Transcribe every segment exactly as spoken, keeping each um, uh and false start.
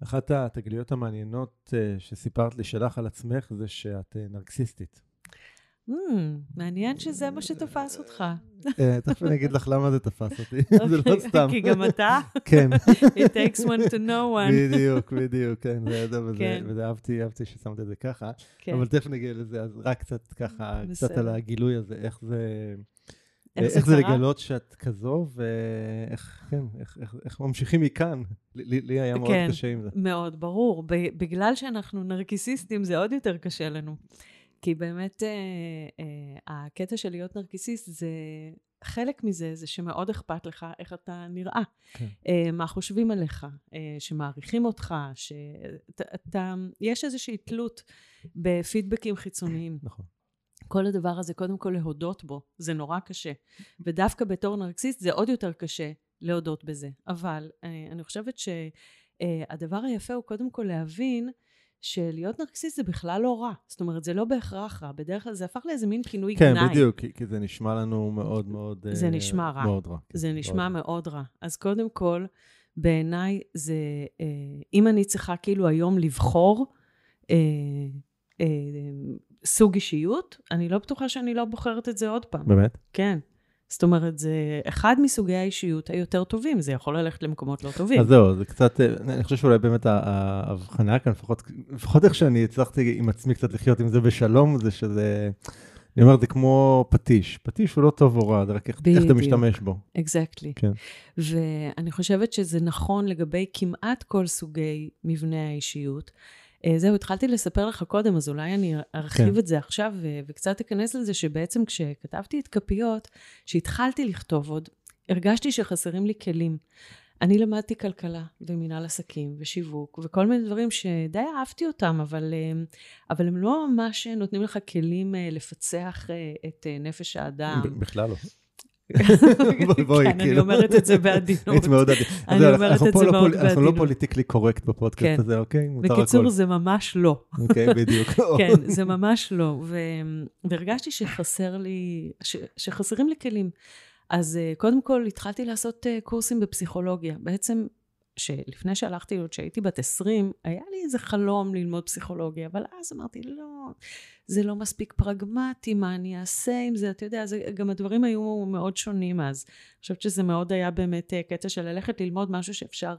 אחת התגליות המעניינות שסיפרת לי שלך על עצמך זה שאת נרקסיסטית. מעניין שזה מה שתפס אותך. תכף אני אגיד לך למה זה תפס אותי, זה לא סתם. כי גם אתה? כן. It takes one to know one. בדיוק, בדיוק, כן, זה ידע וזה אהבתי, אהבתי ששמת את זה ככה, אבל תכף נגיע לזה, אז רק קצת ככה, קצת על הגילוי הזה, איך זה... איך זה לגלות שאת כזו, ואיך ממשיכים מכאן? לי היה מאוד קשה עם זה. מאוד ברור. בגלל שאנחנו נרקיסיסטים, זה עוד יותר קשה לנו. כי באמת, הקטע של להיות נרקיסיסט, זה חלק מזה, זה שמאוד אכפת לך איך אתה נראה. מה חושבים עליך, שמעריכים אותך, יש איזושהי תלות בפידבקים חיצוניים. נכון. כל הדבר הזה, קודם כל להודות בו, זה נורא קשה. ודווקא בתור נרקסיסט, זה עוד יותר קשה להודות בזה. אבל אני חושבת שהדבר היפה הוא קודם כל להבין, שלהיות נרקסיסט זה בכלל לא רע. זאת אומרת, זה לא בהכרח רע. בדרך כלל זה הפך לאיזה מין כינוי גנאי. כן, בדיוק, כי זה נשמע לנו מאוד מאוד... זה נשמע רע. מאוד רע. זה נשמע מאוד רע. אז קודם כל, בעיניי זה, אם אני צריכה כאילו היום לבחור, סוג אישיות, אני לא בטוחה שאני לא בוחרת את זה עוד פעם. באמת? כן. זאת אומרת, זה אחד מסוגי האישיות היותר טובים, זה יכול ללכת למקומות לא טובים. אז זהו, זה קצת, אני חושב שאולי באמת ההבחנה כאן, לפחות, לפחות איך שאני הצלחתי עם עצמי קצת לחיות עם זה בשלום, זה שזה, אני אומר, זה כמו פטיש. פטיש הוא לא טוב או רע, זה רק איך אתה משתמש בו. Exactly. כן. ואני חושבת שזה נכון לגבי כמעט כל סוגי מבנה האישיות, זהו, התחלתי לספר לך קודם, אז אולי אני ארחיב את זה עכשיו, וקצת אכנס לזה שבעצם כשכתבתי את כפיות, שהתחלתי לכתוב עוד, הרגשתי שחסרים לי כלים. אני למדתי כלכלה ומנהל עסקים ושיווק, וכל מיני דברים שדי אהבתי אותם, אבל, אבל הם לא ממש נותנים לך כלים לפצח את נפש האדם. בכלל לא. כן, אני אומרת את זה בעדינות. היית מאוד עדין. אני אומרת את זה מאוד בעדינות. אנחנו לא פוליטיקלי קורקט בפודקאסט הזה, אוקיי? בקיצור, זה ממש לא. אוקיי, בדיוק. כן, זה ממש לא. והרגשתי שחסר לי, שחסרים לי כלים. אז קודם כל התחלתי לעשות קורסים בפסיכולוגיה. בעצם, שלפני שהלכתי, עוד שהייתי בת עשרים, היה לי איזה חלום ללמוד פסיכולוגיה, אבל אז אמרתי, לא, זה לא מספיק פרגמטי, מה אני אעשה עם זה? אתה יודע, זה, גם הדברים היו מאוד שונים אז. אני חושבת שזה מאוד היה באמת קטע של ללכת ללמוד משהו שאפשר,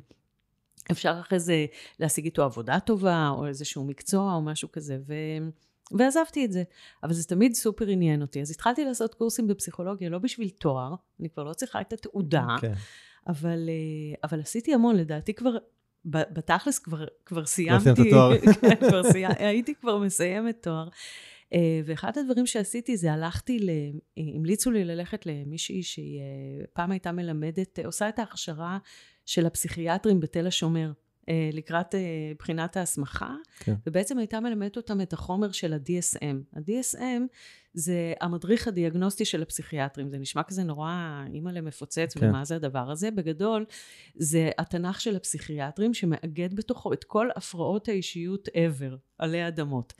אפשר אחרי זה להשיג איתו עבודה טובה, או איזשהו מקצוע, או משהו כזה, ו... ועזבתי את זה. אבל זה תמיד סופר עניין אותי. אז התחלתי לעשות קורסים בפסיכולוגיה, לא בשביל תואר, אני כבר לא צריכה את התעודה, כן. אבל, אבל עשיתי המון, לדעתי כבר, בתכלס כבר, כבר סיימתי. כבר סיימת תואר. כן, כבר סיימ, הייתי כבר מסיימת תואר. ואחד הדברים שעשיתי זה הלכתי, המליצו לי ללכת למישהי שהיא פעם הייתה מלמדת, עושה את ההכשרה של הפסיכיאטרים בתל השומר, לקראת בחינת ההסמכה, כן. ובעצם הייתה מלמדת אותם את החומר של ה-די אס אם. ה-די אס אם זה המדריך הדיאגנוסטי של הפסיכיאטרים, זה נשמע כזה נורא אימא למפוצץ, כן. ומה זה הדבר הזה? בגדול, זה התנ"ך של הפסיכיאטרים, שמאגד בתוכו את כל הפרעות האישיות ever, עלי אדמות.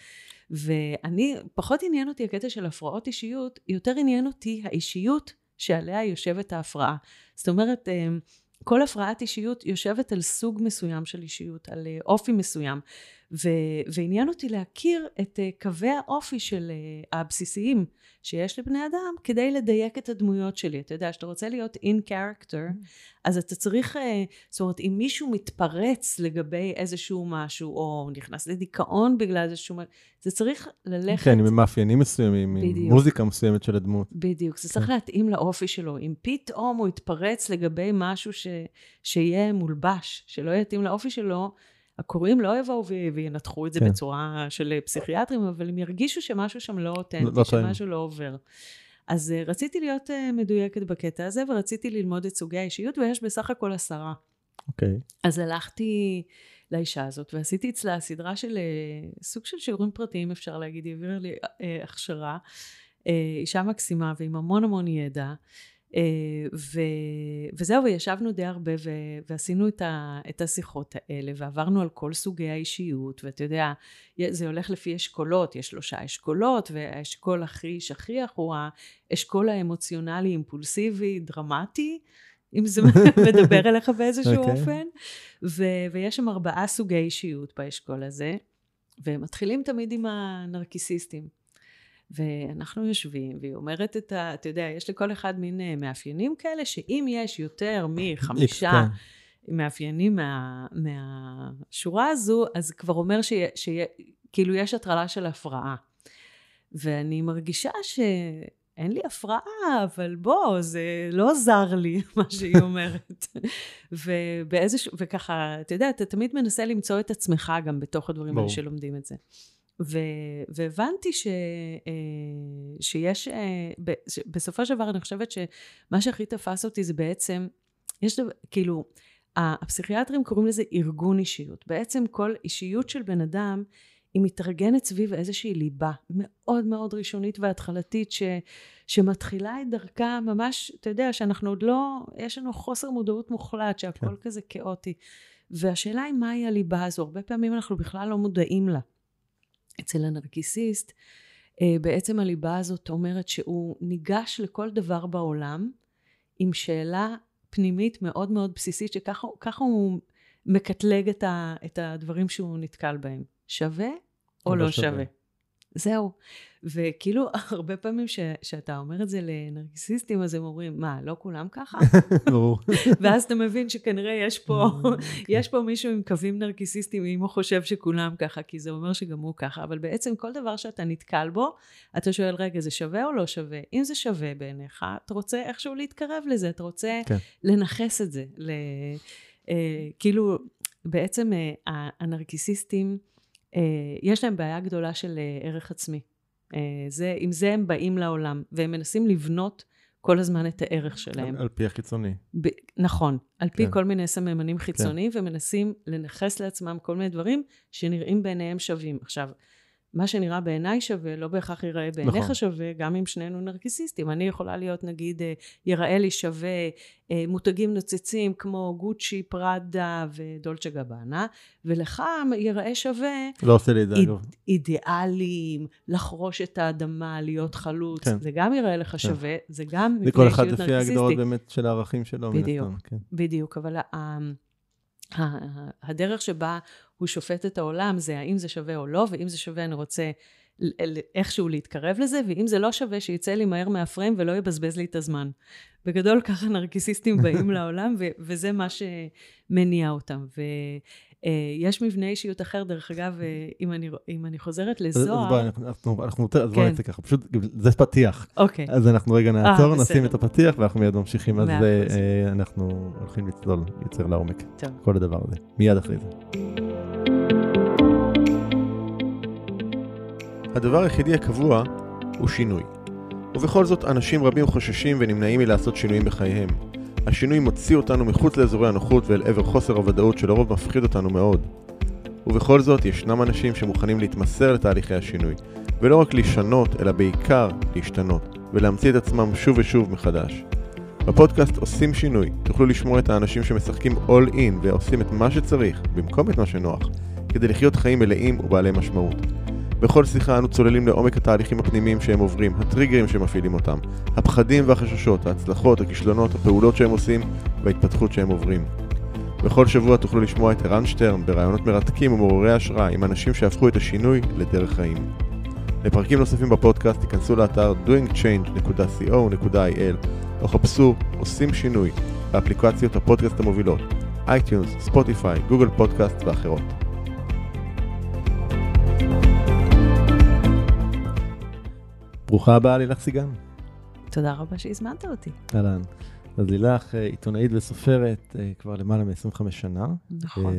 ואני, פחות עניין אותי הקטע של הפרעות אישיות, יותר עניין אותי האישיות שעליה יושבת ההפרעה. זאת אומרת, כל הפרעת אישיות יושבת על סוג מסוים של אישיות, על אופי מסוים, ו- ועניין אותי להכיר את קווי האופי של הבסיסיים שיש לבני אדם, כדי לדייק את הדמויות שלי. אתה יודע, שאתה רוצה להיות in character, אז אתה צריך, זאת אומרת, אם מישהו מתפרץ לגבי איזשהו משהו, או נכנס לדיכאון בגלל איזשהו משהו, זה צריך ללכת... כן, עם מאפיינים מסוימים, עם מוזיקה מסוימת של הדמות. בדיוק, זה צריך להתאים לאופי שלו. אם פתאום הוא יתפרץ לגבי משהו ש... שיהיה מולבש, שלא יתאים לאופי שלו, הקוראים לא יבואו וינתחו את זה כן. בצורה של פסיכיאטרים, אבל הם ירגישו שמשהו שם לא אותנטי, לא שמשהו לא עובר. אז רציתי להיות מדויקת בקטע הזה, ורציתי ללמוד את סוגי האישיות, ויש בסך הכל עשרה. אוקיי. Okay. אז הלכתי לאישה הזאת, ועשיתי אצלה סדרה של סוג של שיעורים פרטיים, אפשר להגיד, היא העבירה לי הכשרה, אישה מקסימה, ועם המון המון ידע, ו... וזהו, וישבנו די הרבה, ו... ועשינו את, ה... את השיחות האלה, ועברנו על כל סוגי האישיות, ואתה יודע, זה הולך לפי אשכולות, יש שלושה אשכולות, והאשכול הכי שכיח הוא האשכול האמוציונלי, אימפולסיבי, דרמטי, אם זה מדבר אליך באיזשהו okay. אופן, ו- ויש שם ארבעה סוגי אישיות באשכול הזה, ומתחילים תמיד עם הנרקיסיסטים. ואנחנו יושבים, והיא אומרת את ה... אתה יודע, יש לכל אחד מין מאפיינים כאלה, שאם יש יותר מחמישה מאפיינים מה, מהשורה הזו, אז כבר אומר שכאילו יש הטרלה של הפרעה. ואני מרגישה שאין לי הפרעה, אבל בוא, זה לא עזר לי מה שהיא אומרת. ובאיזשהו, וככה, אתה יודע, אתה תמיד מנסה למצוא את עצמך גם בתוך הדברים האלה שלומדים את זה. ו, והבנתי ש, שיש, בסופו של דבר אני חושבת שמה שהכי תפס אותי זה בעצם, יש דבר, כאילו, הפסיכיאטרים קוראים לזה ארגון אישיות. בעצם כל אישיות של בן אדם, היא מתארגנת סביב איזושהי ליבה מאוד מאוד ראשונית והתחלתית, ש, שמתחילה את דרכה ממש, אתה יודע, שאנחנו עוד לא, יש לנו חוסר מודעות מוחלט, שהכל כן. כזה כאוטי. והשאלה היא מהי הליבה הזו, הרבה פעמים אנחנו בכלל לא מודעים לה. אצל הנרקיסיסט, בעצם הליבה הזאת אומרת שהוא ניגש לכל דבר בעולם, עם שאלה פנימית מאוד מאוד בסיסית, שככה הוא מקטלג את, ה, את הדברים שהוא נתקל בהם. שווה או לא, לא שווה? שווה. זהו. וכאילו, הרבה פעמים ש, שאתה אומר את זה לנרקיסיסטים, אז הם אומרים, מה, לא כולם ככה? ברור. ואז אתה מבין שכנראה יש פה, יש פה מישהו עם קווים נרקיסיסטים, אם הוא חושב שכולם ככה, כי זה אומר שגם הוא ככה. אבל בעצם כל דבר שאתה נתקל בו, אתה שואל, רגע, זה שווה או לא שווה? אם זה שווה בעיניך, אתה רוצה איכשהו להתקרב לזה, אתה רוצה כן. לנחס את זה. ל, אה, כאילו, בעצם אה, הנרקיסיסטים, יש להם בעיה גדולה של ערך עצמי. זה, עם זה הם באים לעולם, והם מנסים לבנות כל הזמן את הערך שלהם. על, על פי החיצוני. ב, נכון, על פי כן. כל מיני סממנים חיצוניים, כן. ומנסים לנחס לעצמם כל מיני דברים שנראים בעיניהם שווים. עכשיו, מה שנראה בעיניי שווה, לא בהכרח ייראה בעיניך נכון. שווה, גם אם שנינו נרקיסיסטים. אני יכולה להיות, נגיד, ייראה לי שווה מותגים נוצצים, כמו גוצ'י, פרדה ודולצ'ה גבאנה, ולך ייראה שווה... לא עושה לי את זה, אגב. אידיאלים, לחרוש את האדמה, להיות חלוץ. כן. זה גם ייראה לך שווה, כן. זה גם... וכל אחד לפי ההגדרות באמת של הערכים שלו. בדיוק, כן. בדיוק, אבל... הדרך שבה הוא שופט את העולם זה האם זה שווה או לא, ואם זה שווה אני רוצה איכשהו להתקרב לזה, ואם זה לא שווה שיצא לי מהר מהפריים ולא יבזבז לי את הזמן. בגדול ככה נרקיסיסטים באים לעולם, ו- וזה מה שמניע אותם. ויש מבנה אישיות אחר, דרך אגב, אם אני, אם אני חוזרת לזוהר... אז בואי, אנחנו, אנחנו, אז בואי נצא ככה, פשוט, זה פתיח. אוקיי. אז אנחנו רגע נעצור, נשים את הפתיח, ואנחנו מיד ממשיכים, אז אנחנו הולכים לצלול, יוצר לעומק. כל הדבר הזה. מיד אחרי זה. הדבר היחידי הקבוע הוא שינוי. ובכל זאת, אנשים רבים חוששים ונמנעים מלעשות שינויים בחייהם. השינוי מוציא אותנו מחוץ לאזורי הנוחות ואל עבר חוסר הוודאות שלרוב מפחיד אותנו מאוד. ובכל זאת, ישנם אנשים שמוכנים להתמסר לתהליכי השינוי, ולא רק לשנות, אלא בעיקר להשתנות, ולהמציא את עצמם שוב ושוב מחדש. בפודקאסט עושים שינוי, תוכלו לשמוע את האנשים שמשחקים all in ועושים את מה שצריך, במקום את מה שנוח, כדי לחיות חיים מלאים ובעלי משמעות. בכל שיחה אנו צוללים לעומק התהליכים הפנימיים שהם עוברים, הטריגרים שמפעילים אותם, הפחדים והחששות, ההצלחות, הכישלונות, הפעולות שהם עושים וההתפתחות שהם עוברים. בכל שבוע תוכלו לשמוע את ערן שטרן ברעיונות מרתקים ומעוררי השראה עם אנשים שהפכו את השינוי לדרך חיים. לפרקים נוספים בפודקאסט תיכנסו לאתר doing change dot co dot il או חפשו עושים שינוי באפליקציות הפודקאסט המובילות, אייטיונס, ספוטיפיי, גוגל פודקאסט ואחרות. ברוכה הבאה לילך סיגן. תודה רבה שהזמנת אותי. אהלן. אז לילך עיתונאית וסופרת כבר למעלה מ-עשרים וחמש שנה. נכון.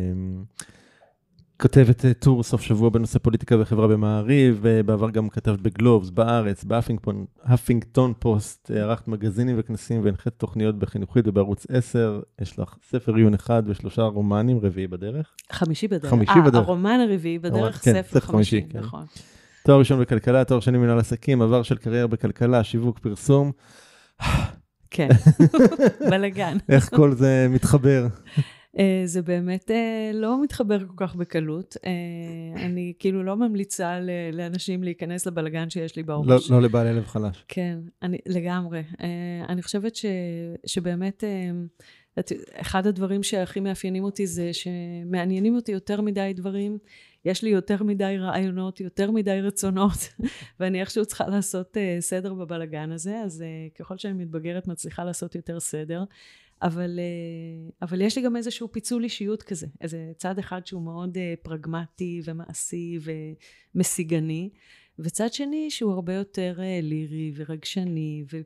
כותבת טור סוף שבוע בנושא פוליטיקה וחברה במעריב, ובעבר גם כתבת בגלובס, בארץ, בהפינגטון פוסט, ערכת מגזינים וכנסים והנחית תוכניות בחינוכית ובערוץ עשר. יש לך ספר עיון אחד ושלושה רומנים, רביעי בדרך. חמישי בדרך. חמישי בדרך. הרומן הרביעי בדרך, כן, ספר חמישי. כן. נכון. תואר ראשון בכלכלה, תואר שני מנהל עסקים, עבר של קריירה בכלכלה, שיווק, פרסום. כן, בלגן. איך כל זה מתחבר? זה באמת לא מתחבר כל כך בקלות. אני כאילו לא ממליצה לאנשים להיכנס לבלגן שיש לי בראש. לא לבעלי לב חלש. כן, לגמרי. אני חושבת שבאמת אחד הדברים שהכי מאפיינים אותי זה שמעניינים אותי יותר מדי דברים, יש לי יותר מדי רעיונות, יותר מדי רצונות, ואני איכשהו צריכה לעשות uh, סדר בבלגן הזה, אז uh, ככל שאני מתבגרת מצליחה לעשות יותר סדר, אבל, uh, אבל יש לי גם איזשהו פיצול אישיות כזה, איזה צד אחד שהוא מאוד uh, פרגמטי ומעשי ומשיגני, וצד שני שהוא הרבה יותר uh, לירי ורגשני ו...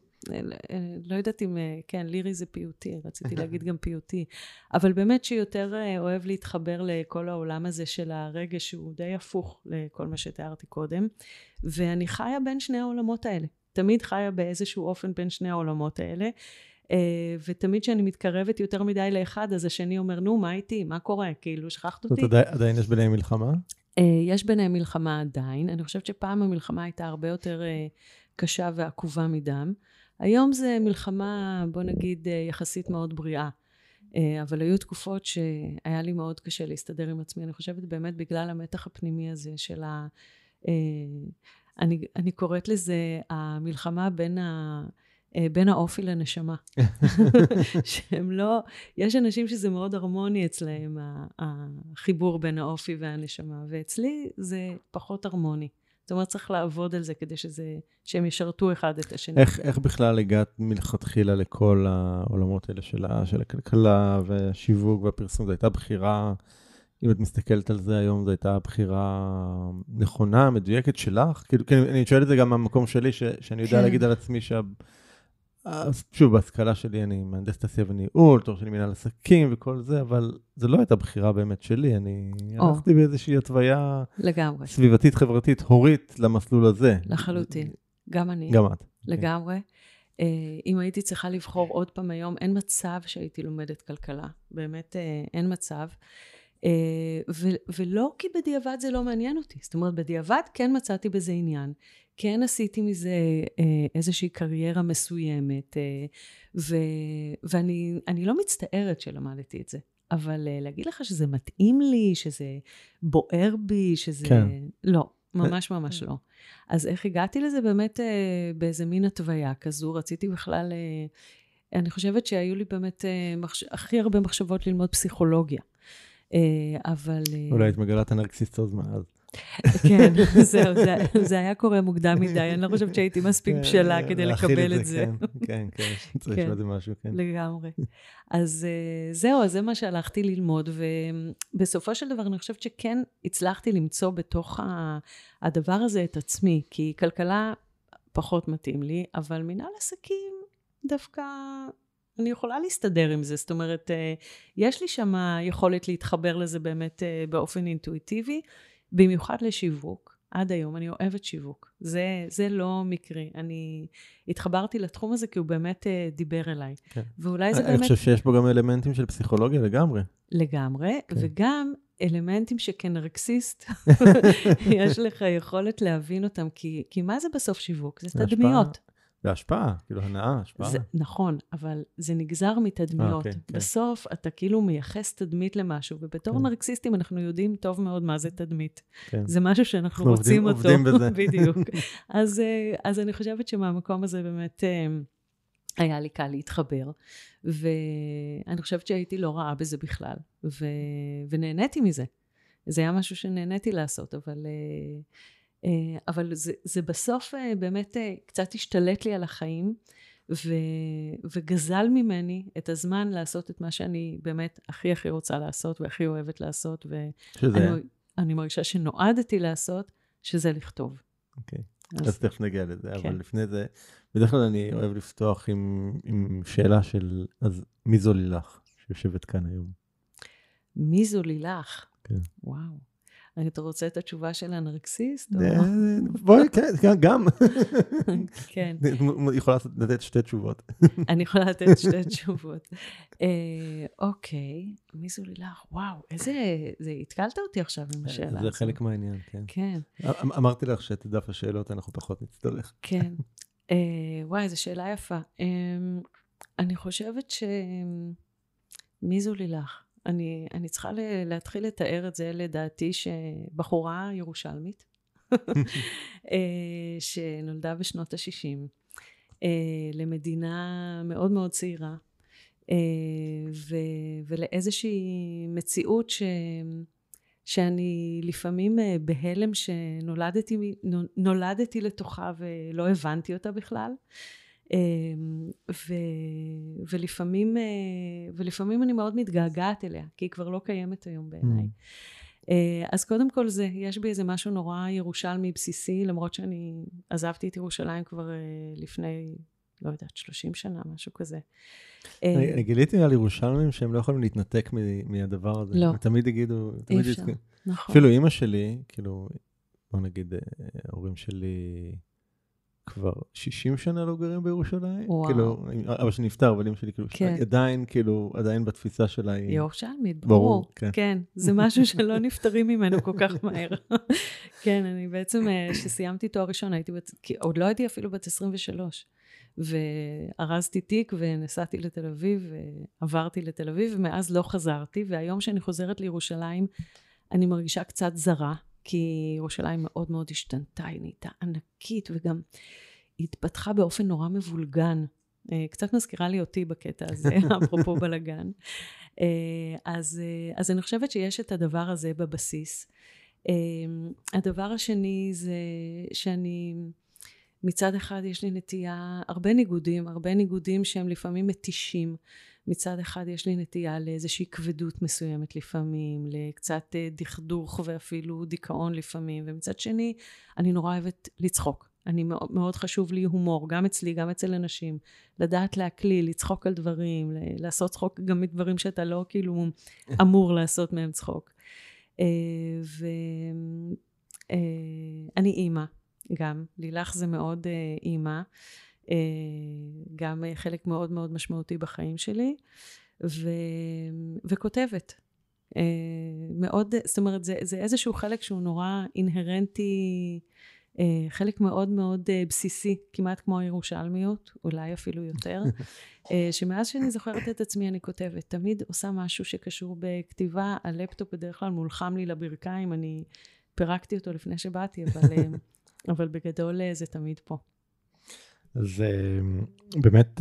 לא יודעת אם, כן, לירי זה פיוטי, רציתי להגיד גם פיוטי, אבל באמת שיותר אוהב להתחבר לכל העולם הזה של הרגש, שהוא די הפוך לכל מה שתיארתי קודם, ואני חיה בין שני העולמות האלה, תמיד חיה באיזשהו אופן בין שני העולמות האלה, ותמיד שאני מתקרבת יותר מדי לאחד, אז השני אומר, נו, מה איתי? מה קורה? כאילו, שכחת אותי? עדיין יש ביניהם מלחמה? יש ביניהם מלחמה עדיין, אני חושבת שפעם המלחמה הייתה הרבה יותר קשה ועקובה מדם, היום זה מלחמה, בוא נגיד, יחסית מאוד בריאה, אבל היו תקופות שהיה לי מאוד קשה להסתדר עם עצמי, אני חושבת באמת בגלל המתח הפנימי הזה של ה... אני, אני קוראת לזה המלחמה בין, ה, בין האופי לנשמה. שהם לא... יש אנשים שזה מאוד הרמוני אצלהם, החיבור בין האופי והנשמה, ואצלי זה פחות הרמוני. זאת אומרת, צריך לעבוד על זה כדי שזה, שהם ישרתו אחד את השני. איך, איך בכלל הגעת מלכתחילה לכל העולמות האלה של, של הכלכלה והשיווק והפרסום? זו הייתה בחירה, אם את מסתכלת על זה היום, זו הייתה בחירה נכונה, מדויקת שלך? כאילו, אני שואל את זה גם מהמקום שלי, ש, שאני יודע כן. להגיד על עצמי שה... שוב, בהשכלה שלי אני מהנדס תעשייה וניהול, תואר שלי מנהל עסקים וכל זה, אבל זה לא הייתה בחירה באמת שלי, אני הלכתי באיזושהי התוויה לגמרי. סביבתית, חברתית, הורית למסלול הזה. לחלוטין, גם אני. גם את. לגמרי. אם הייתי צריכה לבחור עוד פעם היום, אין מצב שהייתי לומדת כלכלה, באמת אין מצב. ולא כי בדיעבד זה לא מעניין אותי, זאת אומרת, בדיעבד כן מצאתי בזה עניין, כן עשיתי מזה איזושהי קריירה מסוימת, ו, ואני אני לא מצטערת שלמדתי את זה, אבל להגיד לך שזה מתאים לי, שזה בוער בי, שזה... כן. לא, ממש ממש לא. אז איך הגעתי לזה? באמת באיזה מין התוויה כזו, רציתי בכלל... אני חושבת שהיו לי באמת מחש... הכי הרבה מחשבות ללמוד פסיכולוגיה. אבל... אולי את מגלת הנרקסיסטוז מאז. כן, זהו, זה, זה היה קורה מוקדם מדי, אני לא חושבת שהייתי מספיק בשלה כדי לקבל את זה. כן, כן, צריך לזה משהו, כן. לגמרי. אז זהו, זה מה שהלכתי ללמוד, ובסופו של דבר אני חושבת שכן הצלחתי למצוא בתוך הדבר הזה את עצמי, כי כלכלה פחות מתאים לי, אבל מנהל עסקים דווקא... אני יכולה להסתדר עם זה, זאת אומרת, יש לי שם יכולת להתחבר לזה באמת באופן אינטואיטיבי, במיוחד לשיווק. עד היום אני אוהבת שיווק. זה, זה לא מקרי. אני התחברתי לתחום הזה כי הוא באמת דיבר אליי. כן. ואולי זה אני באמת... אני חושב שיש בו גם אלמנטים של פסיכולוגיה לגמרי. לגמרי, כן. וגם אלמנטים שכנרקסיסט, יש לך יכולת להבין אותם, כי, כי מה זה בסוף שיווק? זה תדמיות. בהשפעה, כאילו הנאה, השפעה. זה, נכון, אבל זה נגזר מתדמיות. 아, okay, בסוף okay. אתה כאילו מייחס תדמית למשהו, ובתור okay. נרקסיסטים אנחנו יודעים טוב מאוד מה זה תדמית. Okay. זה משהו שאנחנו רוצים עובדים, אותו. עובדים בזה. בדיוק. אז, אז אני חושבת שמהמקום הזה באמת היה לי קל להתחבר, ואני חושבת שהייתי לא רעה בזה בכלל, ו, ונהניתי מזה. זה היה משהו שנהניתי לעשות, אבל... אבל זה, זה בסוף באמת קצת השתלט לי על החיים, ו, וגזל ממני את הזמן לעשות את מה שאני באמת הכי הכי רוצה לעשות, והכי אוהבת לעשות, ואני מרגישה שנועדתי לעשות, שזה לכתוב. אוקיי, אז, אז תכף נגיע לזה, כן. אבל לפני זה, בדרך כלל אני אוהב לפתוח עם, עם שאלה של, אז מי זו לילך, שיושבת כאן היום? מי זו לילך? כן. וואו. אתה רוצה את התשובה של הנרקסיסט? בואי, כן, גם. כן. יכולה לתת שתי תשובות. אני יכולה לתת שתי תשובות. אוקיי, מי זו לילך? וואו, איזה... התקלת אותי עכשיו עם השאלה. זה חלק מהעניין, כן. כן. אמרתי לך שאת דף השאלות, אנחנו פחות נצטרך. כן. וואי, זו שאלה יפה. אני חושבת ש... מי זו לילך? אני, אני צריכה להתחיל לתאר את זה לדעתי שבחורה ירושלמית, שנולדה בשנות ה-שישים, למדינה מאוד מאוד צעירה, ו, ולאיזושהי מציאות ש, שאני לפעמים בהלם שנולדתי נולדתי לתוכה ולא הבנתי אותה בכלל. ו, ולפעמים, ולפעמים אני מאוד מתגעגעת אליה, כי היא כבר לא קיימת היום בעיניי. Mm. אז קודם כל זה, יש בי איזה משהו נורא ירושלמי בסיסי, למרות שאני עזבתי את ירושלים כבר לפני, לא יודעת, שלושים שנה, משהו כזה. אני גיליתי על ירושלמים שהם לא יכולים להתנתק מהדבר הזה. לא. הם תמיד יגידו, אי אפשר, נכון. אפילו אמא שלי, כאילו, בוא נגיד, ההורים שלי כבר שישים שנה לא גרים בירושלים. וואו. כאילו, אבא שלי נפטר, אבל אמא שלי כאילו, כן. עדיין, כאילו, עדיין בתפיסה שלה היא... ירושלמית, ברור. ברור, כן. כן, זה משהו שלא נפטרים ממנו כל כך מהר. כן, אני בעצם, שסיימתי תואר ראשון, הייתי בת... עוד לא הייתי אפילו בת עשרים ושלוש. וארזתי תיק ונסעתי לתל אביב, ועברתי לתל אביב, ומאז לא חזרתי, והיום שאני חוזרת לירושלים, אני מרגישה קצת זרה, כי ירושלים מאוד מאוד השתנתה, היא נהייתה ענקית, וגם היא התפתחה באופן נורא מבולגן, קצת מזכירה לי אותי בקטע הזה, אפרופו בלגן. אז, אז אני חושבת שיש את הדבר הזה בבסיס. הדבר השני זה שאני... מצד אחד יש לי נטייה, הרבה ניגודים, הרבה ניגודים שהם לפעמים מתישים. מצד אחד יש לי נטייה לאיזושהי כבדות מסוימת לפעמים, לקצת דכדוך ואפילו דיכאון לפעמים, ומצד שני אני נורא אוהבת לצחוק. אני מאוד, מאוד חשוב לי הומור, גם אצלי, גם אצל אנשים, לדעת להקליל, לצחוק על דברים, לעשות צחוק גם מדברים שאתה לא כאילו אמור לעשות מהם צחוק. ואני אימא. גם, לילך זה מאוד uh, אימא, uh, גם uh, חלק מאוד מאוד משמעותי בחיים שלי, ו, וכותבת. Uh, מאוד, זאת אומרת, זה, זה איזשהו חלק שהוא נורא אינהרנטי, uh, חלק מאוד מאוד uh, בסיסי, כמעט כמו הירושלמיות, אולי אפילו יותר, uh, שמאז שאני זוכרת את עצמי אני כותבת, תמיד עושה משהו שקשור בכתיבה, הלפטופ בדרך כלל מולחם לי לברכיים, אני פירקתי אותו לפני שבאתי, אבל... אבל בגדול זה תמיד פה. אז באמת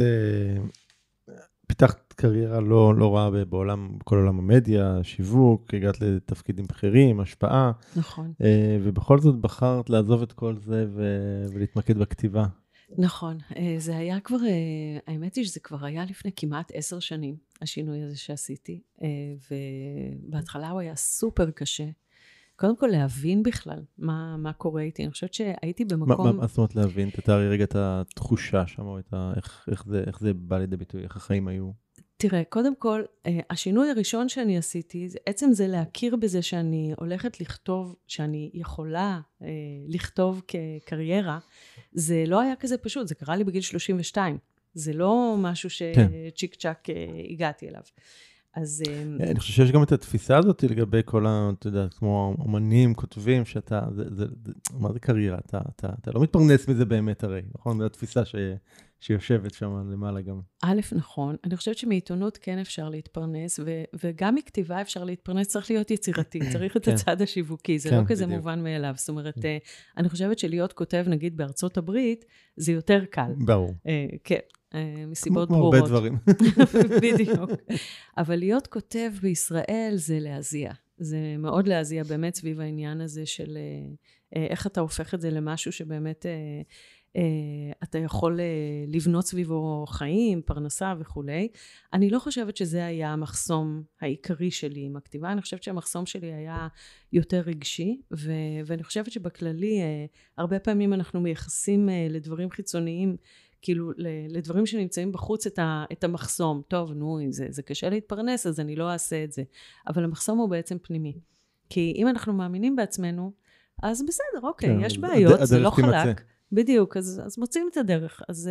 פיתחת קריירה לא, לא רעה בעולם, בכל עולם המדיה, שיווק, הגעת לתפקידים בכירים, השפעה. נכון. ובכל זאת בחרת לעזוב את כל זה ולהתמקד בכתיבה. נכון. זה היה כבר, האמת היא שזה כבר היה לפני כמעט עשר שנים, השינוי הזה שעשיתי. ובהתחלה הוא היה סופר קשה. קודם כל להבין בכלל מה, מה קורה איתי. אני חושבת שהייתי במקום... מה, מה זאת אומרת להבין? תתארי רגע את התחושה שם, או את ה... איך, איך, זה, איך זה בא לידי ביטוי, איך החיים היו? תראה, קודם כל, השינוי הראשון שאני עשיתי, זה, עצם זה להכיר בזה שאני הולכת לכתוב, שאני יכולה אה, לכתוב כקריירה, זה לא היה כזה פשוט, זה קרה לי בגיל שלושים ושתיים. זה לא משהו שצ'יק צ'ק אה, הגעתי אליו. אז... אני חושב שיש גם את התפיסה הזאת לגבי כל ה... אתה יודע, כמו אומנים, כותבים, שאתה... זה, זה, זה, מה זה קריירה? אתה, אתה, אתה לא מתפרנס מזה באמת הרי, נכון? זו התפיסה ש, שיושבת שם למעלה גם. א', נכון. אני חושבת שמעיתונות כן אפשר להתפרנס, ו, וגם מכתיבה אפשר להתפרנס, צריך להיות יצירתי, צריך את הצד השיווקי, זה לא כזה מובן מאליו. זאת אומרת, אני חושבת שלהיות כותב, נגיד, בארצות הברית, זה יותר קל. ברור. כן. מסיבות ברורות. כמו הרבה דברים. בדיוק. אבל להיות כותב בישראל זה להזיע. זה מאוד להזיע באמת סביב העניין הזה של איך אתה הופך את זה למשהו שבאמת אתה יכול לבנות סביבו חיים, פרנסה וכולי. אני לא חושבת שזה היה המחסום העיקרי שלי עם הכתיבה, אני חושבת שהמחסום שלי היה יותר רגשי, ו- ואני חושבת שבכללי הרבה פעמים אנחנו מייחסים לדברים חיצוניים, כאילו לדברים שנמצאים בחוץ את, ה, את המחסום. טוב, נו, זה, זה קשה להתפרנס, אז אני לא אעשה את זה. אבל המחסום הוא בעצם פנימי. כי אם אנחנו מאמינים בעצמנו, אז בסדר, אוקיי, כן, יש בעיות, הד, זה לא חלק. בדיוק, אז, אז מוצאים את הדרך. אז,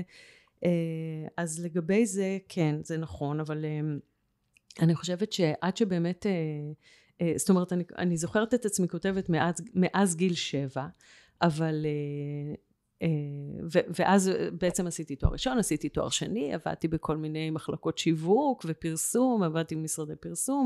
אז לגבי זה, כן, זה נכון, אבל אני חושבת שעד שבאמת, זאת אומרת, אני, אני זוכרת את עצמי כותבת מאז, מאז גיל שבע, אבל... ואז בעצם עשיתי תואר ראשון, עשיתי תואר שני, עבדתי בכל מיני מחלקות שיווק ופרסום, עבדתי במשרדי פרסום,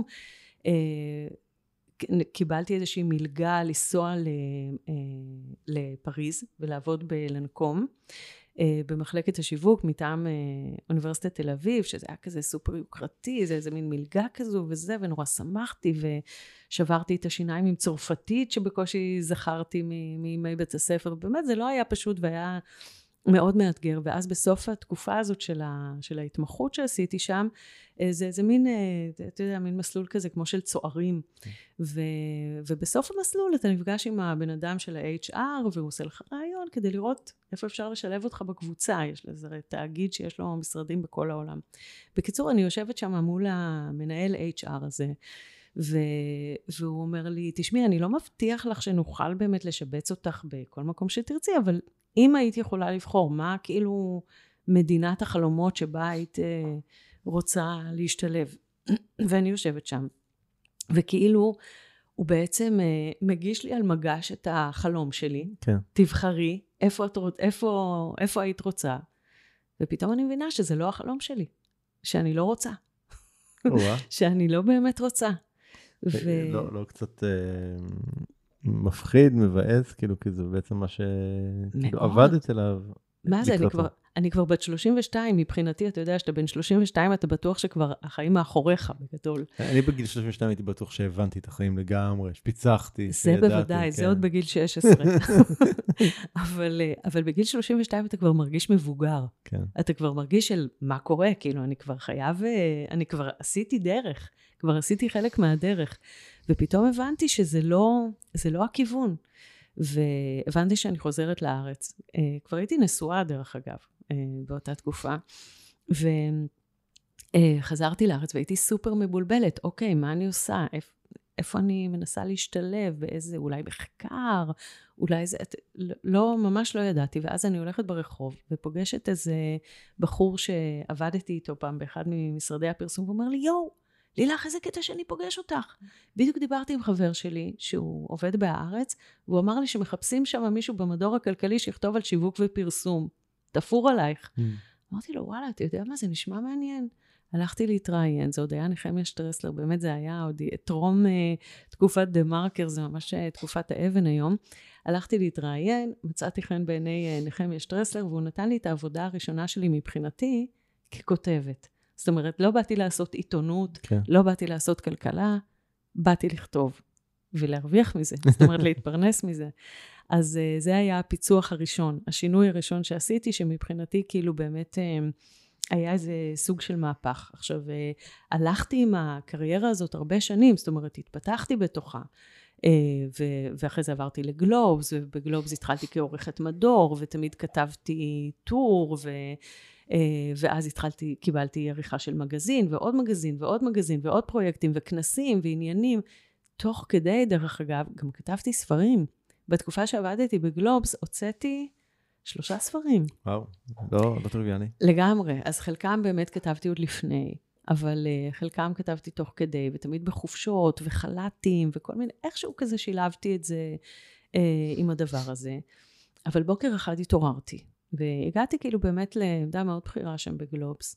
קיבלתי איזושהי מלגה לנסוע לפריז ולעבוד בלנקום, במחלקת השיווק מטעם אוניברסיטת תל אביב, שזה היה כזה סופר יוקרתי, זה איזה מין מלגה כזו וזה, ונורא שמחתי, ושברתי את השיניים עם צרפתית, שבקושי זכרתי מימי בית הספר, באמת זה לא היה פשוט, והיה מאוד מאתגר, ואז בסוף התקופה הזאת של, ה, של ההתמחות שעשיתי שם, זה, זה מין, אתה יודע, מין מסלול כזה כמו של צוערים, ו, ובסוף המסלול אתה נפגש עם הבן אדם של ה-אייץ' אר, והוא עושה לך רעיון כדי לראות איפה אפשר לשלב אותך בקבוצה, יש לזה תאגיד שיש לו משרדים בכל העולם. בקיצור, אני יושבת שם מול המנהל אייץ' אר הזה, ו... והוא אומר לי, תשמעי, אני לא מבטיח לך שנוכל באמת לשבץ אותך בכל מקום שתרצי, אבל אם היית יכולה לבחור, מה כאילו מדינת החלומות שבה היית אה, רוצה להשתלב? ואני יושבת שם, וכאילו הוא בעצם אה, מגיש לי על מגש את החלום שלי, כן. תבחרי, איפה, את, איפה, איפה היית רוצה? ופתאום אני מבינה שזה לא החלום שלי, שאני לא רוצה. שאני לא באמת רוצה. ו... לא, לא קצת אה, מפחיד, מבאס, כאילו, כי זה בעצם מה שעבדת אליו. מה זה? אני כבר, אני כבר בת שלושים ושתיים, מבחינתי, אתה יודע שאתה בן שלושים ושתיים, אתה בטוח שכבר החיים מאחוריך בגדול. אני בגיל שלושים ושתיים הייתי בטוח שהבנתי את החיים לגמרי, שפיצחתי, זה בוודאי, זה עוד בגיל שש עשרה. אבל, אבל בגיל שלושים ושתיים אתה כבר מרגיש מבוגר. כן. אתה כבר מרגיש של מה קורה, כאילו, אני כבר חייב, אני כבר עשיתי דרך, כבר עשיתי חלק מהדרך, ופתאום הבנתי שזה לא, זה לא הכיוון. והבנתי שאני חוזרת לארץ. כבר הייתי נשואה דרך אגב, באותה תקופה, וחזרתי לארץ והייתי סופר מבולבלת. אוקיי, מה אני עושה? איפה אני מנסה להשתלב? באיזה, אולי בחקר? אולי זה, לא, ממש לא ידעתי. ואז אני הולכת ברחוב ופוגשת איזה בחור שעבדתי איתו פעם באחד ממשרדי הפרסום, ואומר לי, יואו, לילך, איזה קטע שאני פוגש אותך. בדיוק דיברתי עם חבר שלי, שהוא עובד בארץ, והוא אמר לי שמחפשים שם מישהו במדור הכלכלי שיכתוב על שיווק ופרסום. תפור עלייך. Mm. אמרתי לו, וואלה, אתה יודע מה, זה נשמע מעניין. הלכתי להתראיין, זה עוד היה נחמיה שטרסלר, באמת זה היה עוד טרום uh, תקופת דה מרקר, זה ממש uh, תקופת האבן היום. הלכתי להתראיין, מצאתי חן בעיני uh, נחמיה שטרסלר, והוא נתן לי את העבודה הראשונה שלי מבחינתי ככותבת. זאת אומרת, לא באתי לעשות עיתונות, כן. לא באתי לעשות כלכלה, באתי לכתוב ולהרוויח מזה, זאת אומרת, להתפרנס מזה. אז uh, זה היה הפיצוח הראשון, השינוי הראשון שעשיתי, שמבחינתי כאילו באמת uh, היה איזה סוג של מהפך. עכשיו, uh, הלכתי עם הקריירה הזאת הרבה שנים, זאת אומרת, התפתחתי בתוכה, uh, ו- ואחרי זה עברתי לגלובס, ובגלובס התחלתי כעורכת מדור, ותמיד כתבתי טור, ו... ואז התחלתי, קיבלתי עריכה של מגזין, ועוד מגזין, ועוד מגזין, ועוד פרויקטים, וכנסים, ועניינים. תוך כדי, דרך אגב, גם כתבתי ספרים. בתקופה שעבדתי בגלובס, הוצאתי שלושה ספרים. וואו, לא, לא טריוויאלי. לגמרי. אז חלקם באמת כתבתי עוד לפני, אבל חלקם כתבתי תוך כדי, ותמיד בחופשות, וחלטים, וכל מיני, איכשהו כזה שילבתי את זה אה, עם הדבר הזה. אבל בוקר אחד התעוררתי. והגעתי כאילו באמת לעמדה מאוד בחירה שם בגלובס,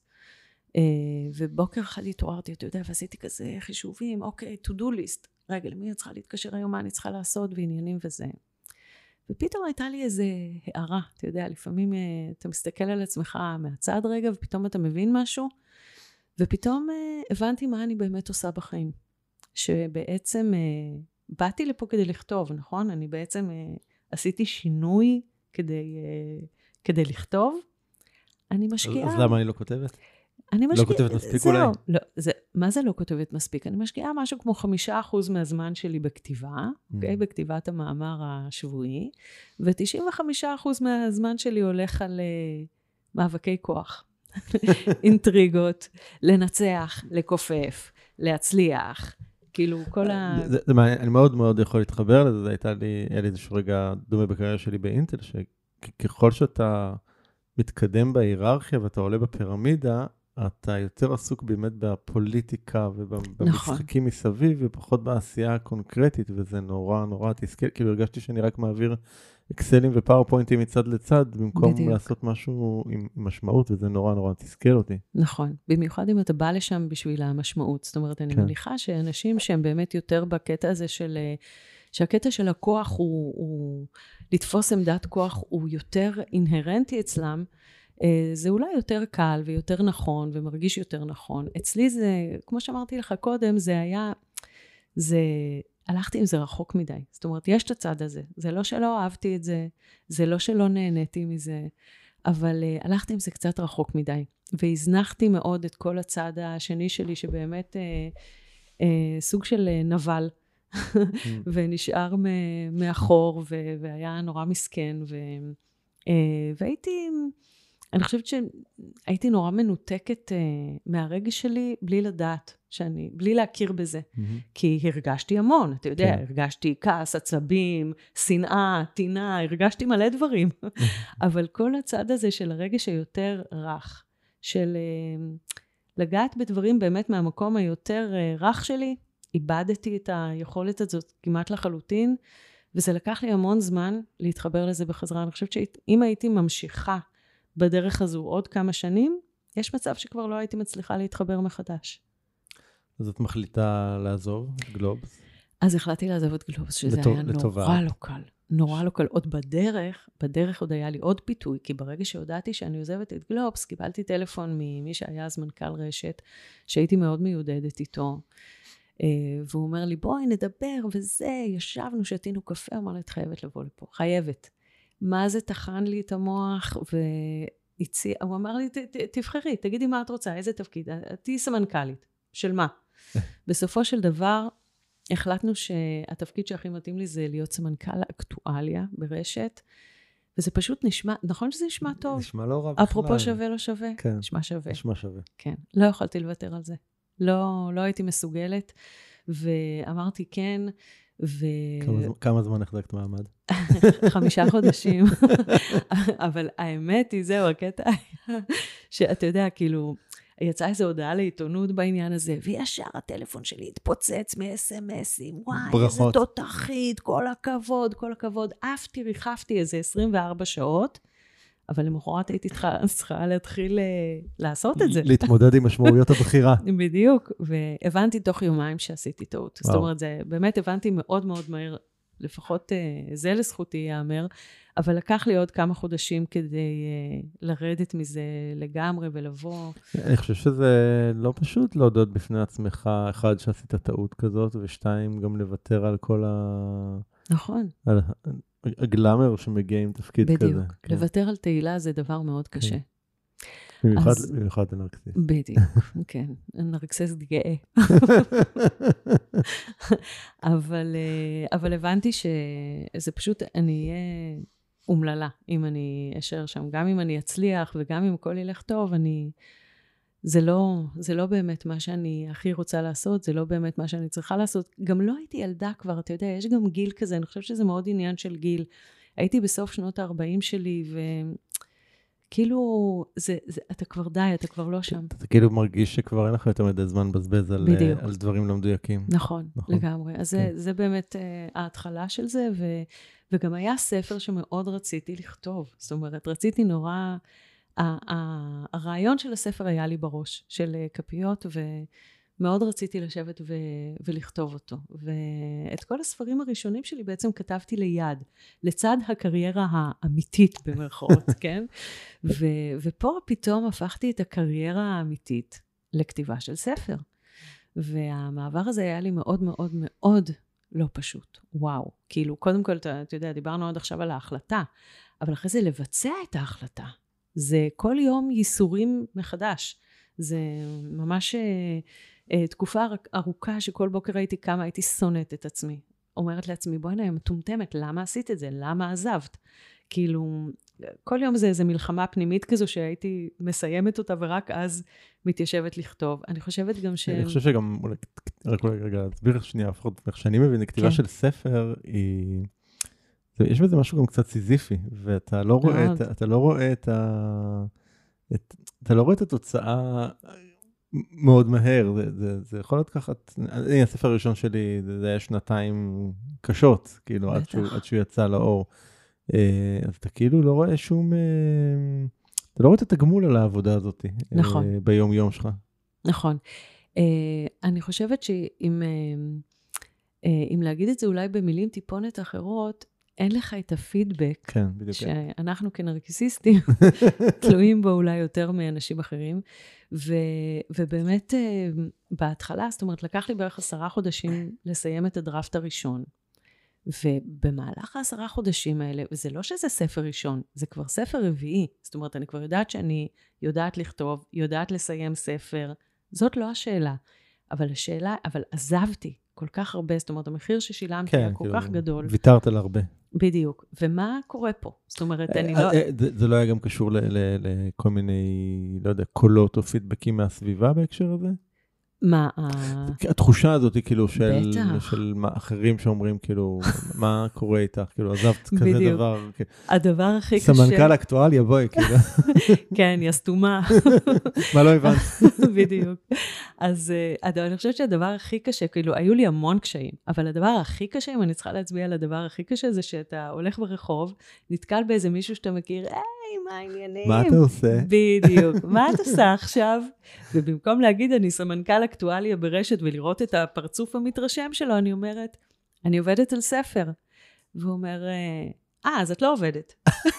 ובוקר אחד התעוררתי, אתה יודע, ועשיתי כזה חישובים, אוקיי, to do list, רגע, למי אני צריכה להתקשר היום, מה אני צריכה לעשות, ועניינים וזה. ופתאום הייתה לי איזה הערה, אתה יודע, לפעמים אתה מסתכל על עצמך מהצד רגע, ופתאום אתה מבין משהו, ופתאום הבנתי מה אני באמת עושה בחיים, שבעצם באתי לפה כדי לכתוב, נכון? אני בעצם עשיתי שינוי כדי... כדי לכתוב, אני משקיעה... אז למה אני לא כותבת? אני משקיעה... לא כותבת מספיק אולי? לא, זה, מה זה לא כותבת מספיק? אני משקיעה משהו כמו חמישה אחוז מהזמן שלי בכתיבה, אוקיי? Mm. בכתיבת המאמר השבועי, ו-תשעים וחמישה אחוז מהזמן שלי הולך על uh, מאבקי כוח, אינטריגות, לנצח, לקופף, להצליח, כאילו כל ה... זה, זה, אני מאוד מאוד יכול להתחבר לזה, זה הייתה לי, היה לי איזשהו רגע דומה בקריירה שלי באינטל, ש... ככל שאתה מתקדם בהיררכיה ואתה עולה בפירמידה, אתה יותר עסוק באמת בפוליטיקה ובמשחקים מסביב, ופחות בעשייה הקונקרטית, וזה נורא נורא תסכל. כאילו הרגשתי שאני רק מעביר אקסלים ופאורפוינטים מצד לצד, במקום בדיוק. לעשות משהו עם משמעות, וזה נורא נורא תסכל אותי. נכון. במיוחד אם אתה בא לשם בשביל המשמעות. זאת אומרת, אני כן. מניחה שאנשים שהם באמת יותר בקטע הזה של... שהקטע של הכוח הוא, הוא לתפוס עמדת כוח הוא יותר אינהרנטי אצלם, זה אולי יותר קל ויותר נכון ומרגיש יותר נכון. אצלי זה, כמו שאמרתי לך קודם, זה היה, זה, הלכתי עם זה רחוק מדי. זאת אומרת, יש את הצד הזה. זה לא שלא אהבתי את זה, זה לא שלא נהניתי מזה, אבל uh, הלכתי עם זה קצת רחוק מדי. והזנחתי מאוד את כל הצד השני שלי, שבאמת uh, uh, סוג של uh, נבל, ונשאר מאחור, והיה נורא מסכן, והייתי, אני חושבת שהייתי נורא מנותקת מהרגש שלי, בלי לדעת, שאני, בלי להכיר בזה, כי הרגשתי המון, אתה יודע, הרגשתי כעס, עצבים, שנאה, טינה, הרגשתי מלא דברים, אבל כל הצד הזה של הרגש היותר רך, של לגעת בדברים באמת מהמקום היותר רך שלי, איבדתי את היכולת הזאת כמעט לחלוטין, וזה לקח לי המון זמן להתחבר לזה בחזרה. אני חושבת שאם הייתי ממשיכה בדרך הזו עוד כמה שנים, יש מצב שכבר לא הייתי מצליחה להתחבר מחדש. אז את מחליטה לעזוב את גלובס? אז החלטתי לעזוב את גלובס, שזה היה נורא לא קל. נורא לא קל. עוד בדרך, בדרך עוד היה לי עוד פיתוי, כי ברגע שהודעתי שאני עוזבת את גלובס, קיבלתי טלפון ממי שהיה אז מנכ"ל רשת, שהייתי מאוד מיודדת איתו, והוא אומר לי, בואי נדבר, וזה, ישבנו, שתינו קפה, אמר לי, את חייבת לבוא לפה, חייבת. מה זה תחן לי את המוח, והציע, הוא אמר לי, תבחרי, תגידי מה את רוצה, איזה תפקיד, תהי סמנכ"לית, של מה? בסופו של דבר, החלטנו שהתפקיד שהכי מתאים לי זה להיות סמנכ"ל אקטואליה ברשת, וזה פשוט נשמע, נכון שזה נשמע טוב? נשמע לא רע בכלל. אפרופו שווה לא שווה? כן. נשמע שווה. נשמע שווה. כן, לא יכולתי לוותר על זה. לא, לא הייתי מסוגלת, ואמרתי כן, ו... כמה, כמה זמן החזקת מעמד? חמישה חודשים. אבל האמת היא, זהו, הקטע היה, שאתה יודע, כאילו, יצאה איזו הודעה לעיתונות בעניין הזה, וישר הטלפון שלי התפוצץ מ-אס אם אסים, וואי, איזה תותחית, כל הכבוד, כל הכבוד, עפתי, ריחפתי איזה עשרים וארבע שעות, אבל למחרת הייתי צריכה להתחיל לעשות את זה. להתמודד עם משמעויות הבחירה. בדיוק, והבנתי תוך יומיים שעשיתי טעות. זאת אומרת, זה באמת הבנתי מאוד מאוד מהר, לפחות זה לזכותי יאמר, אבל לקח לי עוד כמה חודשים כדי לרדת מזה לגמרי ולבוא. אני חושב שזה לא פשוט להודות בפני עצמך, אחד שעשית טעות כזאת, ושתיים גם לוותר על כל ה... נכון. על... הגלאמר שמגיע עם תפקיד בדיוק. כזה. בדיוק. כן. לוותר על תהילה זה דבר מאוד קשה. במיוחד, אז... במיוחד הנרקסיס. בדיוק, כן. הנרקסיס גאה. אבל, אבל הבנתי שזה פשוט, אני אהיה אומללה, אם אני אשאר שם. גם אם אני אצליח וגם אם הכל ילך טוב, אני... זה לא, זה לא באמת מה שאני הכי רוצה לעשות, זה לא באמת מה שאני צריכה לעשות. גם לא הייתי ילדה כבר, אתה יודע, יש גם גיל כזה, אני חושבת שזה מאוד עניין של גיל. הייתי בסוף שנות ה-ארבעים שלי, וכאילו, זה, זה, אתה כבר די, אתה כבר לא שם. אתה, אתה כאילו מרגיש שכבר אין לך יותר מדי זמן בזבז על, על דברים לא מדויקים. נכון, נכון. לגמרי. אז כן. זה, זה באמת uh, ההתחלה של זה, ו, וגם היה ספר שמאוד רציתי לכתוב. זאת אומרת, רציתי נורא... הרעיון של הספר היה לי בראש, של כפיות, ומאוד רציתי לשבת ו- ולכתוב אותו. ואת כל הספרים הראשונים שלי בעצם כתבתי ליד, לצד הקריירה האמיתית במרכאות, כן? ו- ופה פתאום הפכתי את הקריירה האמיתית לכתיבה של ספר. והמעבר הזה היה לי מאוד מאוד מאוד לא פשוט. וואו. כאילו, קודם כל, אתה, אתה יודע, דיברנו עוד עכשיו על ההחלטה, אבל אחרי זה לבצע את ההחלטה. זה כל יום ייסורים מחדש. זה ממש אה, תקופה ארוכה שכל בוקר הייתי קמה, הייתי שונאת את עצמי. אומרת לעצמי, בואי נהיה מטומטמת, למה עשית את זה? למה עזבת? כאילו, כל יום זה איזו מלחמה פנימית כזו שהייתי מסיימת אותה ורק אז מתיישבת לכתוב. אני חושבת גם ש... אני חושב שגם, רק רגע, תסביר שנייה, לפחות איך שאני מבין, כתיבה של ספר היא... יש בזה משהו גם קצת סיזיפי, ואתה לא רואה את, אתה לא רואה את ה... את, אתה לא רואה את התוצאה מאוד מהר, זה, זה, זה יכול להיות ככה, אני, הספר הראשון שלי, זה, זה היה שנתיים קשות, כאילו, עד שהוא, עד שהוא יצא לאור. אז אתה כאילו לא רואה שום, אתה לא רואה את התגמול על העבודה הזאת. נכון. ביום יום שלך. נכון. אני חושבת שאם... אם להגיד את זה אולי במילים טיפונת אחרות, אין לך את הפידבק, כן, בדיוק. שאנחנו כנרקיסיסטים תלויים בו אולי יותר מאנשים אחרים, ו, ובאמת בהתחלה, זאת אומרת, לקח לי בערך עשרה חודשים לסיים את הדרפט הראשון, ובמהלך העשרה חודשים האלה, וזה לא שזה ספר ראשון, זה כבר ספר רביעי, זאת אומרת, אני כבר יודעת שאני יודעת לכתוב, יודעת לסיים ספר, זאת לא השאלה, אבל השאלה, אבל עזבתי כל כך הרבה, זאת אומרת, המחיר ששילמתי כן, היה כל כאילו, כך גדול. ויתרת על הרבה. בדיוק. ומה קורה פה? זאת אומרת, אני לא... זה, זה לא היה גם קשור ל, ל, לכל מיני, לא יודע, קולות או פידבקים מהסביבה בהקשר הזה? מה? התחושה הזאת היא כאילו של, של אחרים שאומרים כאילו, מה קורה איתך? כאילו, עזבת כזה בדיוק. דבר. הדבר הכי קשה... סמנכ"ל אקטואליה, בואי, כאילו. כן, היא הסתומה. מה לא הבנת? בדיוק. אז אני חושבת שהדבר הכי קשה, כאילו, היו לי המון קשיים, אבל הדבר הכי קשה, אם אני צריכה להצביע על הדבר הכי קשה, זה שאתה הולך ברחוב, נתקל באיזה מישהו שאתה מכיר, היי, מה העניינים? מה אתה עושה? בדיוק. מה אתה עושה עכשיו? ובמקום להגיד, אני סמנכ"ל אקטואליה ברשת, ולראות את הפרצוף המתרשם שלו, אני אומרת, אני עובדת על ספר. והוא אומר, אה, אז את לא עובדת.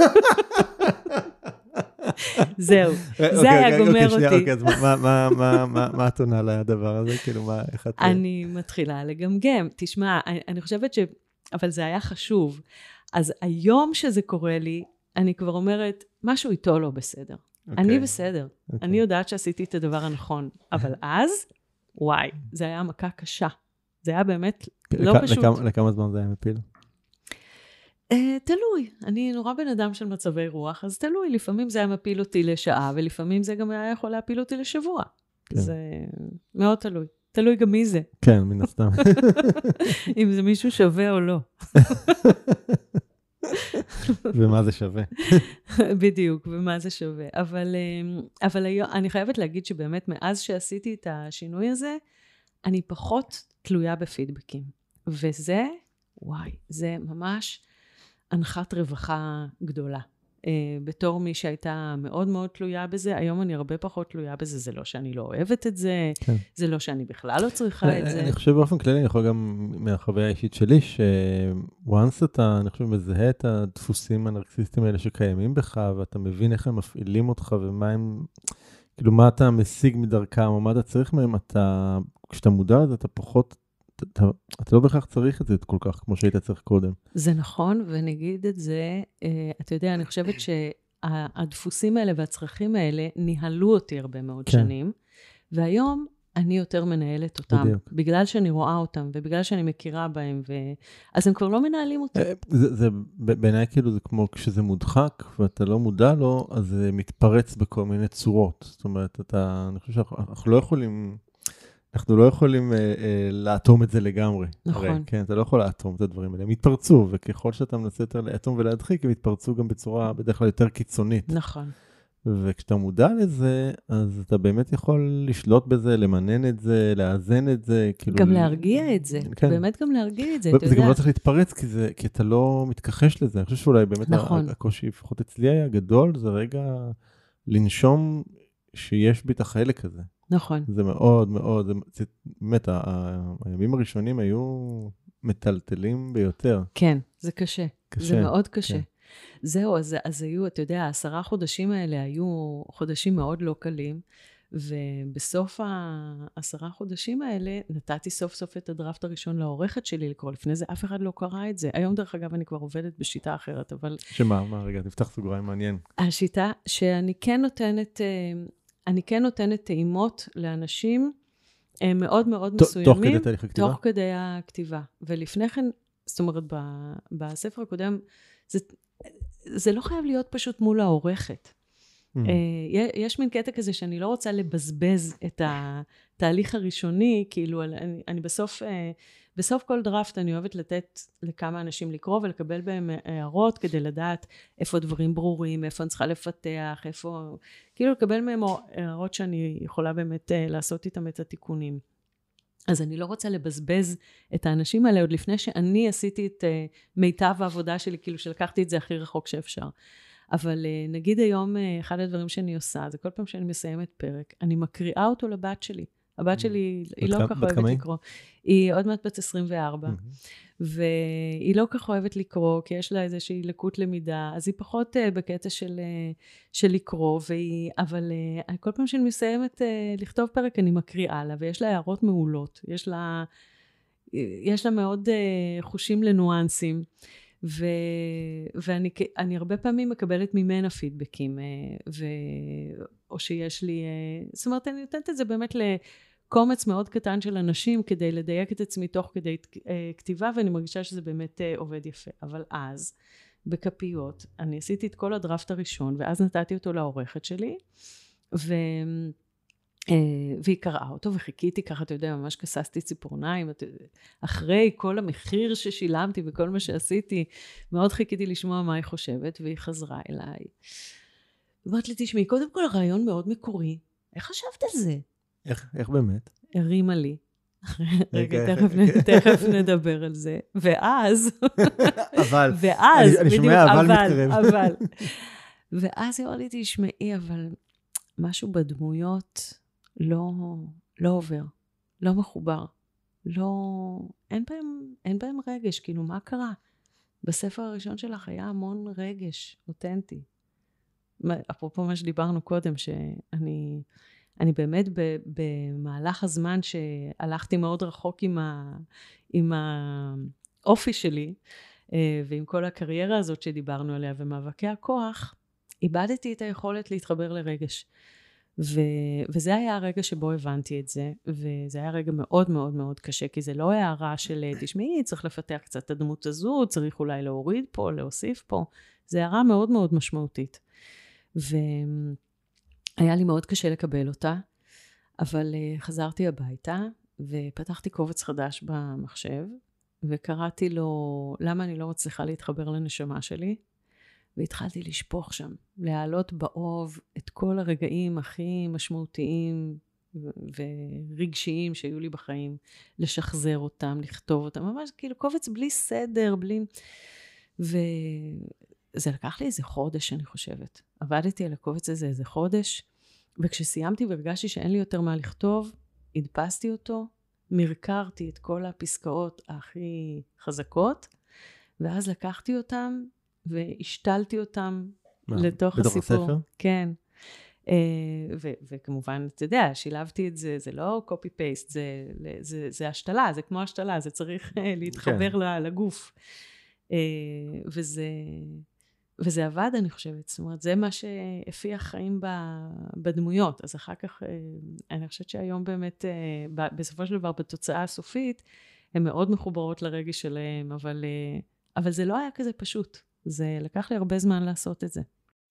זהו, זה היה גומר אותי. מה את עונה לדבר הזה? כאילו, מה, איך את... אני מתחילה לגמגם. תשמע, אני חושבת ש... אבל זה היה חשוב. אז היום שזה קורה לי, אני כבר אומרת, משהו איתו לא בסדר. אני בסדר. אני יודעת שעשיתי את הדבר הנכון. אבל אז, וואי, זה היה מכה קשה. זה היה באמת לא פשוט. לכמה זמן זה היה מפיל? תלוי. אני נורא בן אדם של מצבי רוח, אז תלוי. לפעמים זה היה מפיל אותי לשעה, ולפעמים זה גם היה יכול להפיל אותי לשבוע. זה מאוד תלוי. תלוי גם מי זה. כן, מן הסתם. אם זה מישהו שווה או לא. ומה זה שווה. בדיוק, ומה זה שווה. אבל, אבל היום, אני חייבת להגיד שבאמת מאז שעשיתי את השינוי הזה, אני פחות תלויה בפידבקים. וזה, וואי, זה ממש הנחת רווחה גדולה. בתור מי שהייתה מאוד מאוד תלויה בזה, היום אני הרבה פחות תלויה בזה, זה לא שאני לא אוהבת את זה, כן. זה לא שאני בכלל לא צריכה את זה. אני חושב באופן כללי, אני יכול גם מהחוויה האישית שלי, שוואנס אתה, אני חושב, מזהה את הדפוסים הנרקסיסטיים האלה שקיימים בך, ואתה מבין איך הם מפעילים אותך, ומה הם, כאילו מה אתה משיג מדרכם, או מה אתה צריך מהם, אתה, כשאתה מודע לזה, אתה פחות, אתה, אתה לא בכך צריך את זה כל כך, כמו שהיית צריך קודם. זה נכון, ונגיד את זה, אתה יודע, אני חושבת שהדפוסים האלה והצרכים האלה ניהלו אותי הרבה מאוד כן. שנים, והיום אני יותר מנהלת אותם, בדיוק. בגלל שאני רואה אותם, ובגלל שאני מכירה בהם, ו... אז הם כבר לא מנהלים אותם. זה, זה, בעיניי כאילו זה כמו כשזה מודחק, ואתה לא מודע לו, אז זה מתפרץ בכל מיני צורות. זאת אומרת, אתה, אני חושב שאנחנו לא יכולים... אנחנו לא יכולים אה, אה, לאטום את זה לגמרי. נכון. הרי, כן, אתה לא יכול לאטום את הדברים האלה. הם יתפרצו, וככל שאתה מנסה יותר לאטום ולהדחיק, הם יתפרצו גם בצורה בדרך כלל יותר קיצונית. נכון. וכשאתה מודע לזה, אז אתה באמת יכול לשלוט בזה, למנן את זה, לאזן את זה. כאילו... גם להרגיע את זה. כן. באמת גם להרגיע את זה. זה גם לא צריך להתפרץ, כי, זה, כי אתה לא מתכחש לזה. אני חושב שאולי באמת נכון. הקושי, לפחות אצלי היה גדול, זה רגע לנשום שיש בי את החלק הזה. נכון. זה מאוד מאוד, זה, זה באמת, הימים הראשונים היו מטלטלים ביותר. כן, זה קשה. קשה. זה מאוד קשה. כן. זהו, אז, אז היו, אתה יודע, העשרה חודשים האלה היו חודשים מאוד לא קלים, ובסוף העשרה חודשים האלה נתתי סוף סוף את הדרפט הראשון לעורכת שלי לקרוא. לפני זה אף אחד לא קרא את זה. היום דרך אגב אני כבר עובדת בשיטה אחרת, אבל... שמה? מה? רגע, תפתח סוגריים מעניין. השיטה שאני כן נותנת... אני כן נותנת טעימות לאנשים מאוד מאוד מסוימים. תוך כדי תהליך הכתיבה? תוך כדי הכתיבה. ולפני כן, זאת אומרת, בספר הקודם, זה, זה לא חייב להיות פשוט מול העורכת. Mm. יש מין קטע כזה שאני לא רוצה לבזבז את התהליך הראשוני, כאילו, אני, אני בסוף... בסוף כל דרפט אני אוהבת לתת לכמה אנשים לקרוא ולקבל בהם הערות כדי לדעת איפה דברים ברורים, איפה אני צריכה לפתח, איפה... כאילו לקבל מהם הערות שאני יכולה באמת לעשות איתם את התיקונים. אז אני לא רוצה לבזבז את האנשים האלה עוד לפני שאני עשיתי את מיטב העבודה שלי, כאילו שלקחתי את זה הכי רחוק שאפשר. אבל נגיד היום אחד הדברים שאני עושה, זה כל פעם שאני מסיימת פרק, אני מקריאה אותו לבת שלי. הבת שלי, היא לא כך אוהבת לקרוא. היא עוד מעט בת עשרים וארבע. והיא לא כך אוהבת לקרוא, כי יש לה איזושהי לקות למידה, אז היא פחות uh, בקטע של, uh, של לקרוא, והיא, אבל uh, כל פעם שאני מסיימת uh, לכתוב פרק, אני מקריאה לה, ויש לה הערות מעולות, יש לה, יש לה מאוד uh, חושים לנואנסים, ו, ואני אני הרבה פעמים מקבלת ממנה פידבקים, uh, ו, או שיש לי, uh, זאת אומרת, אני נותנת את זה באמת ל... קומץ מאוד קטן של אנשים כדי לדייק את עצמי תוך כדי כתיבה, ואני מרגישה שזה באמת עובד יפה. אבל אז, בכפיות, אני עשיתי את כל הדרפט הראשון, ואז נתתי אותו לעורכת שלי, ו... והיא קראה אותו, וחיכיתי ככה, אתה יודע, ממש כססתי ציפורניים, אחרי כל המחיר ששילמתי וכל מה שעשיתי, מאוד חיכיתי לשמוע מה היא חושבת, והיא חזרה אליי. ואמרת לי, תשמעי, קודם כל הרעיון מאוד מקורי, איך חשבת על זה? איך, איך באמת? הרימה לי. רגע, תכף נדבר על זה. ואז... אבל. ואז, אני שומע אבל מתקרב. אבל. ואז היא אמרה לי, תשמעי, אבל משהו בדמויות לא, לא עובר, לא מחובר, לא... אין בהם, אין בהם רגש, כאילו, מה קרה? בספר הראשון שלך היה המון רגש, אותנטי. אפרופו מה שדיברנו קודם, שאני... אני באמת במהלך הזמן שהלכתי מאוד רחוק עם, ה, עם האופי שלי, ועם כל הקריירה הזאת שדיברנו עליה, ומאבקי הכוח, איבדתי את היכולת להתחבר לרגש. ו, וזה היה הרגע שבו הבנתי את זה, וזה היה רגע מאוד מאוד מאוד קשה, כי זה לא הערה של, תשמעי, צריך לפתח קצת את הדמות הזו, צריך אולי להוריד פה, להוסיף פה, זה הערה מאוד מאוד משמעותית. ו... היה לי מאוד קשה לקבל אותה, אבל uh, חזרתי הביתה, ופתחתי קובץ חדש במחשב, וקראתי לו, למה אני לא מצליחה להתחבר לנשמה שלי, והתחלתי לשפוך שם, להעלות באוב את כל הרגעים הכי משמעותיים ורגשיים שהיו לי בחיים, לשחזר אותם, לכתוב אותם, ממש כאילו קובץ בלי סדר, בלי... וזה לקח לי איזה חודש, אני חושבת. עבדתי על הקובץ הזה איזה חודש, וכשסיימתי והרגשתי שאין לי יותר מה לכתוב, הדפסתי אותו, מרקרתי את כל הפסקאות הכי חזקות, ואז לקחתי אותם והשתלתי אותם מה, לתוך בתוך הסיפור. הספר? כן. ו- וכמובן, אתה יודע, שילבתי את זה, זה לא קופי פייסט, זה, זה, זה השתלה, זה כמו השתלה, זה צריך להתחבר כן. לגוף. וזה... וזה עבד, אני חושבת, זאת אומרת, זה מה שהפיח חיים בדמויות, אז אחר כך, אני חושבת שהיום באמת, בסופו של דבר, בתוצאה הסופית, הן מאוד מחוברות לרגש שלהם, אבל, אבל זה לא היה כזה פשוט, זה לקח לי הרבה זמן לעשות את זה.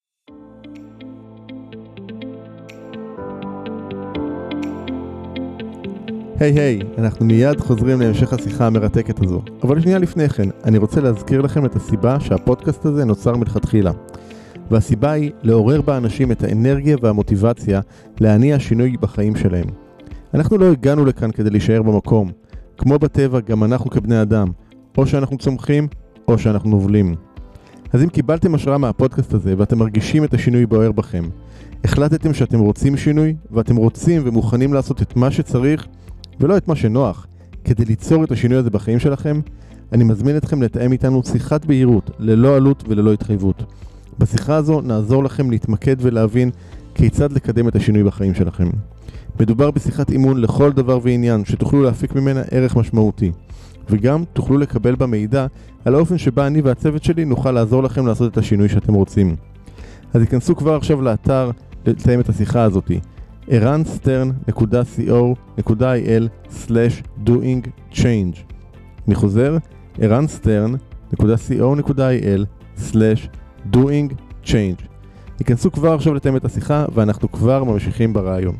היי hey, היי, hey, אנחנו מיד חוזרים להמשך השיחה המרתקת הזו. אבל שנייה לפני כן, אני רוצה להזכיר לכם את הסיבה שהפודקאסט הזה נוצר מלכתחילה. והסיבה היא לעורר באנשים את האנרגיה והמוטיבציה להניע שינוי בחיים שלהם. אנחנו לא הגענו לכאן כדי להישאר במקום. כמו בטבע, גם אנחנו כבני אדם. או שאנחנו צומחים, או שאנחנו נובלים. אז אם קיבלתם השראה מהפודקאסט הזה ואתם מרגישים את השינוי בוער בכם, החלטתם שאתם רוצים שינוי ואתם רוצים ומוכנים לעשות את מה שצריך, ולא את מה שנוח, כדי ליצור את השינוי הזה בחיים שלכם, אני מזמין אתכם לתאם איתנו שיחת בהירות, ללא עלות וללא התחייבות. בשיחה הזו נעזור לכם להתמקד ולהבין כיצד לקדם את השינוי בחיים שלכם. מדובר בשיחת אימון לכל דבר ועניין, שתוכלו להפיק ממנה ערך משמעותי, וגם תוכלו לקבל בה מידע על האופן שבה אני והצוות שלי נוכל לעזור לכם לעשות את השינוי שאתם רוצים. אז ייכנסו כבר עכשיו לאתר לתאם את השיחה הזאת. ערן סטרן נקודה קו נקודה איי אל סלש דואינג צ'יינג'. אני חוזר, ערן סטרן נקודה קו נקודה איי אל סלש דואינג צ'יינג'. ייכנסו כבר עכשיו לתאם את השיחה, ואנחנו כבר ממשיכים ברעיון.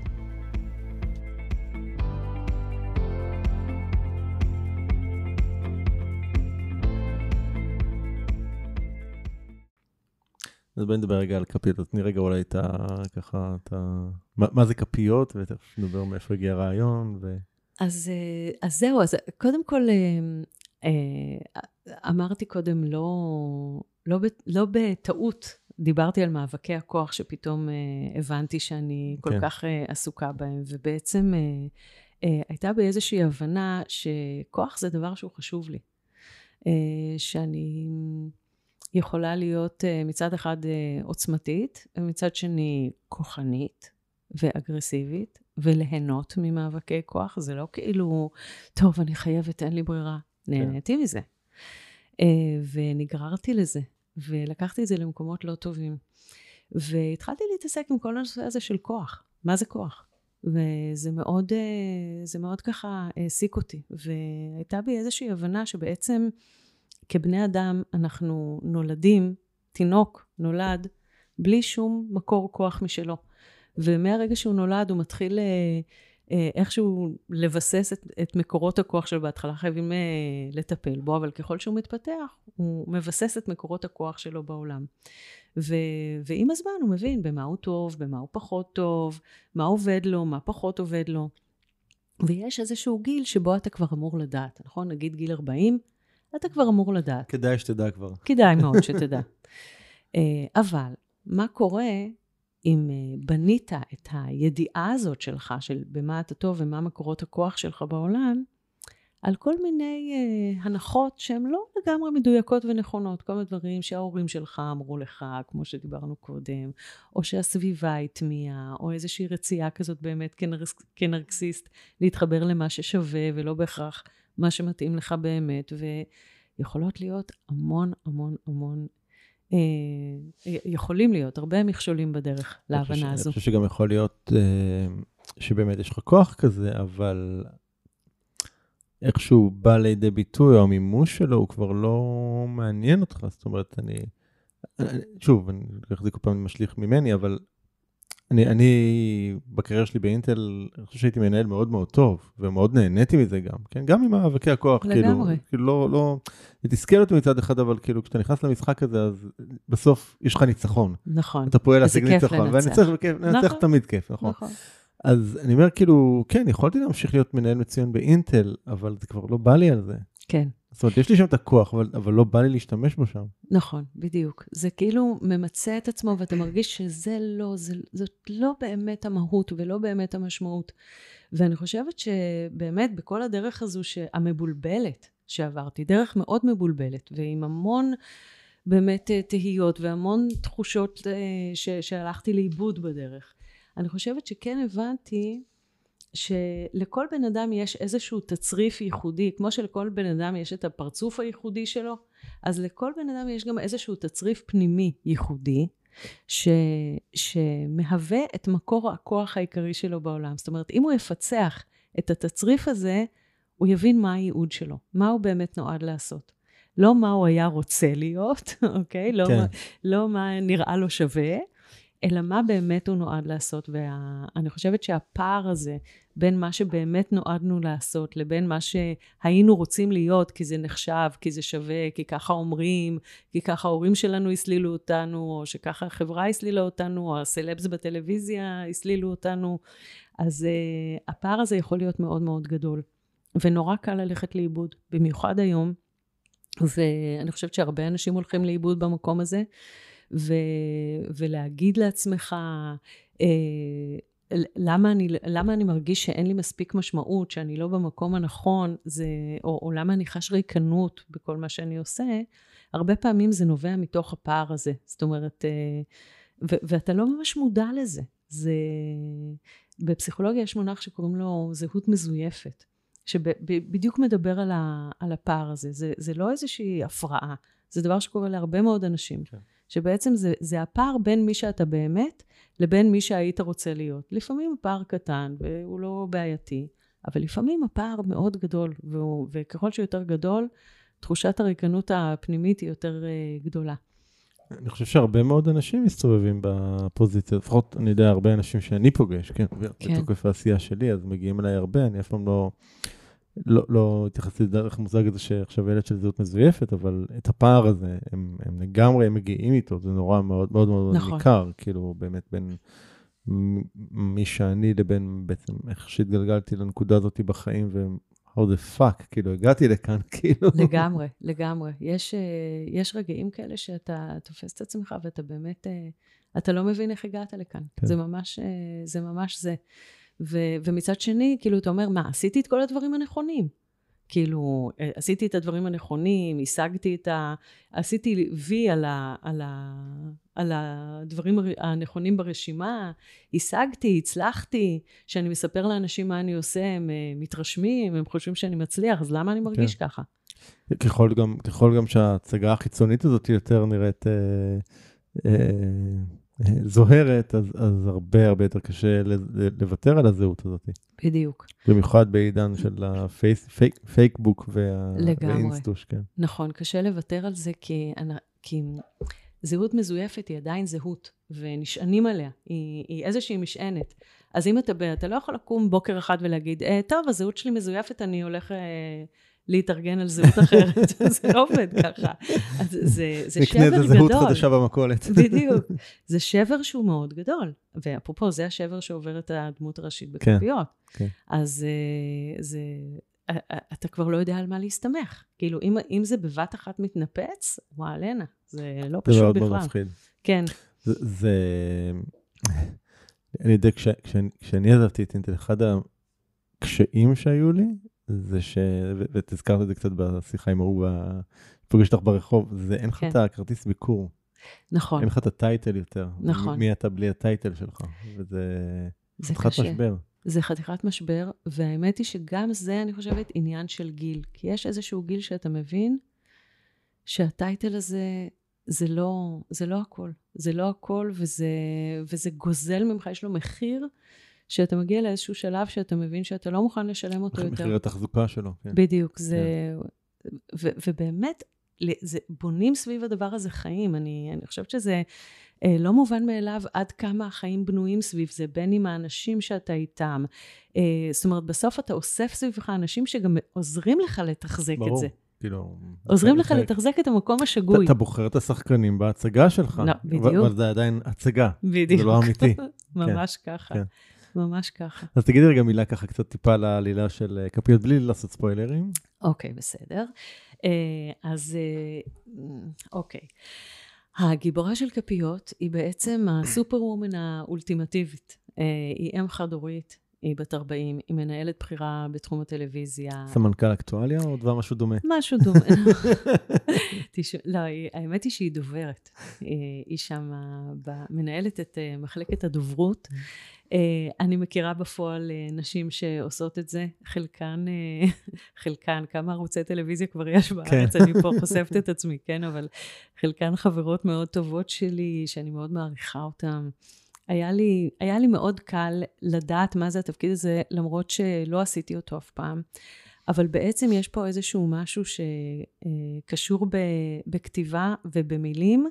אז בואי נדבר רגע על כפיות, אז תני רגע אולי את ה... ככה, את ה... מה, מה זה כפיות, ותכף נדבר מאיפה הגיע הרעיון, ו... אז, אז זהו, אז קודם כל, אמרתי קודם, לא, לא, לא בטעות דיברתי על מאבקי הכוח שפתאום הבנתי שאני כל כן. כך עסוקה בהם, ובעצם הייתה באיזושהי הבנה שכוח זה דבר שהוא חשוב לי. שאני יכולה להיות מצד אחד עוצמתית, ומצד שני כוחנית ואגרסיבית, וליהנות ממאבקי כוח. זה לא כאילו, טוב, אני חייבת, אין לי ברירה. נהניתי מזה. ונגררתי לזה, ולקחתי את זה למקומות לא טובים. והתחלתי להתעסק עם כל הנושא הזה של כוח. מה זה כוח? וזה מאוד, זה מאוד ככה העסיק אותי. והייתה בי איזושהי הבנה שבעצם כבני אדם אנחנו נולדים, תינוק נולד, בלי שום מקור כוח משלו. ומהרגע שהוא נולד הוא מתחיל איכשהו לבסס את, את מקורות הכוח שלו. בהתחלה חייבים לטפל בו, אבל ככל שהוא מתפתח, הוא מבסס את מקורות הכוח שלו בעולם. ו, ועם הזמן הוא מבין במה הוא טוב, במה הוא פחות טוב, מה עובד לו, מה פחות עובד לו. ויש איזשהו גיל שבו אתה כבר אמור לדעת, נכון? נגיד גיל ארבעים, אתה כבר אמור לדעת. כדאי שתדע כבר. כדאי מאוד שתדע. אבל מה קורה אם בנית את הידיעה הזאת שלך, של במה אתה טוב ומה מקורות הכוח שלך בעולם, על כל מיני uh, הנחות שהן לא לגמרי מדויקות ונכונות, כל מיני דברים שההורים שלך אמרו לך, כמו שדיברנו קודם, או שהסביבה התמיעה, או איזושהי רצייה כזאת באמת כנרס, כנרקסיסט, להתחבר למה ששווה ולא בהכרח מה שמתאים לך באמת, ויכולות להיות המון המון המון, אה, יכולים להיות הרבה מכשולים בדרך להבנה הזו. אני חושב שגם יכול להיות אה, שבאמת יש לך כוח כזה, אבל איכשהו בא לידי ביטוי, או המימוש שלו, הוא כבר לא מעניין אותך. זאת אומרת, אני, אני שוב, אני אחזיק כל פעם משליך ממני, אבל אני, אני בקריירה שלי באינטל, אני חושב שהייתי מנהל מאוד מאוד טוב, ומאוד נהניתי מזה גם, כן? גם עם מאבקי הכוח, כאילו, כאילו לא, לא, זה תסכל אותי מצד אחד, אבל כאילו, כשאתה נכנס למשחק הזה, אז בסוף יש לך ניצחון. נכון. אתה פועל להשיג ניצחון, ואני צריך לנצח תמיד כיף, נכון? נכון. אז אני אומר כאילו, כן, יכולתי להמשיך להיות מנהל מצוין באינטל, אבל זה כבר לא בא לי על זה. כן. זאת אומרת, יש לי שם את הכוח, אבל, אבל לא בא לי להשתמש בו שם. נכון, בדיוק. זה כאילו ממצא את עצמו, ואתה מרגיש שזה לא, זה, זאת לא באמת המהות, ולא באמת המשמעות. ואני חושבת שבאמת, בכל הדרך הזו המבולבלת שעברתי, דרך מאוד מבולבלת, ועם המון באמת תהיות, והמון תחושות ש, שהלכתי לאיבוד בדרך. אני חושבת שכן הבנתי שלכל בן אדם יש איזשהו תצריף ייחודי, כמו שלכל בן אדם יש את הפרצוף הייחודי שלו, אז לכל בן אדם יש גם איזשהו תצריף פנימי ייחודי, ש, שמהווה את מקור הכוח העיקרי שלו בעולם. זאת אומרת, אם הוא יפצח את התצריף הזה, הוא יבין מה הייעוד שלו, מה הוא באמת נועד לעשות. לא מה הוא היה רוצה להיות, אוקיי? לא, כן. מה, לא מה נראה לו שווה, אלא מה באמת הוא נועד לעשות. ואני חושבת שהפער הזה בין מה שבאמת נועדנו לעשות, לבין מה שהיינו רוצים להיות, כי זה נחשב, כי זה שווה, כי ככה אומרים, כי ככה ההורים שלנו הסלילו אותנו, או שככה החברה הסלילה אותנו, או הסלבס בטלוויזיה הסלילו אותנו, אז uh, הפער הזה יכול להיות מאוד מאוד גדול. ונורא קל ללכת לאיבוד, במיוחד היום, ואני חושבת שהרבה אנשים הולכים לאיבוד במקום הזה, ו, ולהגיד לעצמך, אה, למה אני, למה אני מרגיש שאין לי מספיק משמעות, שאני לא במקום הנכון, זה, או, או למה אני חש ריקנות בכל מה שאני עושה, הרבה פעמים זה נובע מתוך הפער הזה. זאת אומרת, אה, ו, ואתה לא ממש מודע לזה. זה, בפסיכולוגיה יש מונח שקוראים לו זהות מזויפת, שבדיוק מדבר על, ה, על הפער הזה. זה, זה לא איזושהי הפרעה, זה דבר שקורה להרבה מאוד אנשים. כן. שבעצם זה, זה הפער בין מי שאתה באמת, לבין מי שהיית רוצה להיות. לפעמים הפער קטן, והוא לא בעייתי, אבל לפעמים הפער מאוד גדול, והוא, וככל שהוא יותר גדול, תחושת הריקנות הפנימית היא יותר uh, גדולה. אני חושב שהרבה מאוד אנשים מסתובבים בפוזיציה, לפחות אני יודע, הרבה אנשים שאני פוגש, כן, כן. בתוקף העשייה שלי, אז מגיעים אליי הרבה, אני אף פעם לא... לא, לא התייחסתי לדרך מושג הזה שעכשיו ילד של זהות מזויפת, אבל את הפער הזה, הם, הם לגמרי הם מגיעים איתו, זה נורא מאוד מאוד מאוד נכון. ניכר, כאילו באמת בין מי שאני לבין בעצם איך שהתגלגלתי לנקודה הזאת בחיים, how the fuck, כאילו, הגעתי לכאן, כאילו. לגמרי, לגמרי. יש, יש רגעים כאלה שאתה תופס את עצמך, ואתה באמת, אתה לא מבין איך הגעת לכאן. כן. זה ממש, זה ממש זה. ו, ומצד שני, כאילו, אתה אומר, מה, עשיתי את כל הדברים הנכונים. כאילו, עשיתי את הדברים הנכונים, השגתי את ה... עשיתי וי על, ה, על, ה, על הדברים הנכונים ברשימה, השגתי, הצלחתי, שאני מספר לאנשים מה אני עושה, הם מתרשמים, הם חושבים שאני מצליח, אז למה אני מרגיש כן. ככה? ככל גם, ככל גם שההצגה החיצונית הזאת יותר נראית אה, אה, זוהרת, אז, אז הרבה הרבה יותר קשה לוותר על הזהות הזאת. בדיוק. במיוחד בעידן של הפייקבוק והאינסטוש, כן. נכון, קשה לוותר על זה, כי, כי זהות מזויפת היא עדיין זהות, ונשענים עליה, היא, היא איזושהי משענת. אז אם אתה, אתה לא יכול לקום בוקר אחד ולהגיד, אה, טוב, הזהות שלי מזויפת, אני הולך... אה, להתארגן על זהות אחרת, זה לא עובד ככה. אז זה, זה שבר גדול. נקנה את הזהות חדשה במכולת. בדיוק. זה שבר שהוא מאוד גדול. ואפרופו, זה השבר שעובר את הדמות הראשית בכפיות. כן, כן. אז זה, אתה כבר לא יודע על מה להסתמך. כאילו, אם, אם זה בבת אחת מתנפץ, וואלנה, זה לא פשוט בכלל. זה מאוד מאוד מפחיד. כן. זה, זה... אני יודע, כש, כשאני, כשאני עזבתי את אינטל, אחד הקשיים שהיו לי, זה ש... ותזכרת את זה קצת בשיחה עם הוא, פוגש אותך ברחוב, זה אין לך את הכרטיס ביקור. נכון. אין לך את הטייטל יותר. נכון. מי אתה בלי הטייטל שלך. וזה חתיכת משבר. זה חתיכת משבר, והאמת היא שגם זה, אני חושבת, עניין של גיל. כי יש איזשהו גיל שאתה מבין, שהטייטל הזה, זה לא, זה לא הכל. זה לא הכל, וזה, וזה גוזל ממך, יש לו מחיר, שאתה מגיע לאיזשהו שלב שאתה מבין שאתה לא מוכן לשלם אותו יותר. מחיר התחזוקה שלו. כן. בדיוק, זה... כן. ו- ובאמת, זה, בונים סביב הדבר הזה חיים. אני, אני חושבת שזה אה, לא מובן מאליו עד כמה החיים בנויים סביב זה, בין עם האנשים שאתה איתם. אה, זאת אומרת, בסוף אתה אוסף סביבך אנשים שגם עוזרים לך לתחזק ברור. את זה. כאילו, עוזרים לך לתחזק את המקום השגוי. אתה בוחר את השחקנים בהצגה שלך. לא, בדיוק. אבל זה עדיין הצגה. בדיוק. זה לא אמיתי. ממש ככה. כן. ממש ככה. אז תגידי רגע מילה ככה, קצת טיפה לעלילה של כפיות, בלי לעשות ספוילרים. אוקיי, בסדר. אז, אוקיי. הגיבורה של כפיות היא בעצם הסופר וומן האולטימטיבית. היא אם חד הורית, היא בת ארבעים, היא מנהלת בחירה בתחום הטלוויזיה. סמנכ"ל אקטואליה או דבר משהו דומה? משהו דומה. לא, האמת היא שהיא דוברת. היא שם מנהלת את מחלקת הדוברות. אני מכירה בפועל נשים שעושות את זה, חלקן, חלקן, כמה ערוצי טלוויזיה כבר יש בארץ, אני פה חושפת את עצמי, כן, אבל חלקן חברות מאוד טובות שלי, שאני מאוד מעריכה אותן. היה לי, היה לי מאוד קל לדעת מה זה התפקיד הזה, למרות שלא עשיתי אותו אף פעם. אבל בעצם יש פה איזשהו משהו שקשור בכתיבה ובמילים,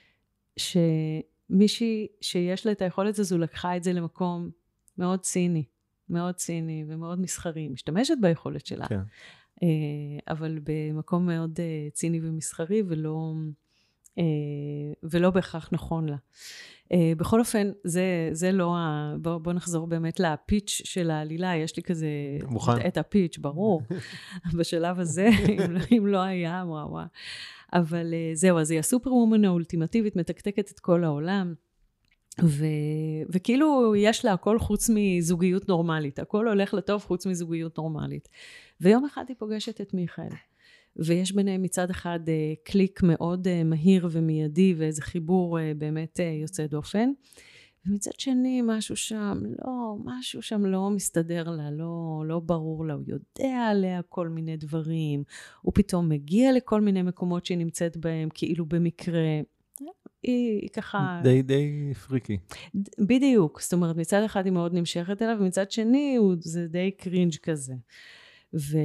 שמישהי שיש לה את היכולת הזו לקחה את זה למקום מאוד ציני, מאוד ציני ומאוד מסחרי. משתמשת ביכולת שלה, כן. אבל במקום מאוד ציני ומסחרי ולא, ולא בהכרח נכון לה. Uh, בכל אופן, זה, זה לא ה... בוא, בוא נחזור באמת לפיץ' של העלילה, יש לי כזה... מוכן. את הפיץ', ברור. בשלב הזה, אם, אם לא היה, וואו וואו. אבל uh, זהו, אז היא הסופר וומן האולטימטיבית, מתקתקת את כל העולם, ו, וכאילו יש לה הכל חוץ מזוגיות נורמלית, הכל הולך לטוב חוץ מזוגיות נורמלית. ויום אחד היא פוגשת את מיכאל. ויש ביניהם מצד אחד קליק מאוד מהיר ומיידי, ואיזה חיבור באמת יוצא דופן. ומצד שני, משהו שם, לא, משהו שם לא מסתדר לה, לא, לא ברור לה, הוא יודע עליה כל מיני דברים, הוא פתאום מגיע לכל מיני מקומות שהיא נמצאת בהם, כאילו במקרה, היא, היא ככה... די, די פריקי. בדיוק, זאת אומרת, מצד אחד היא מאוד נמשכת אליו, ומצד שני, הוא, זה די קרינג' כזה. ו...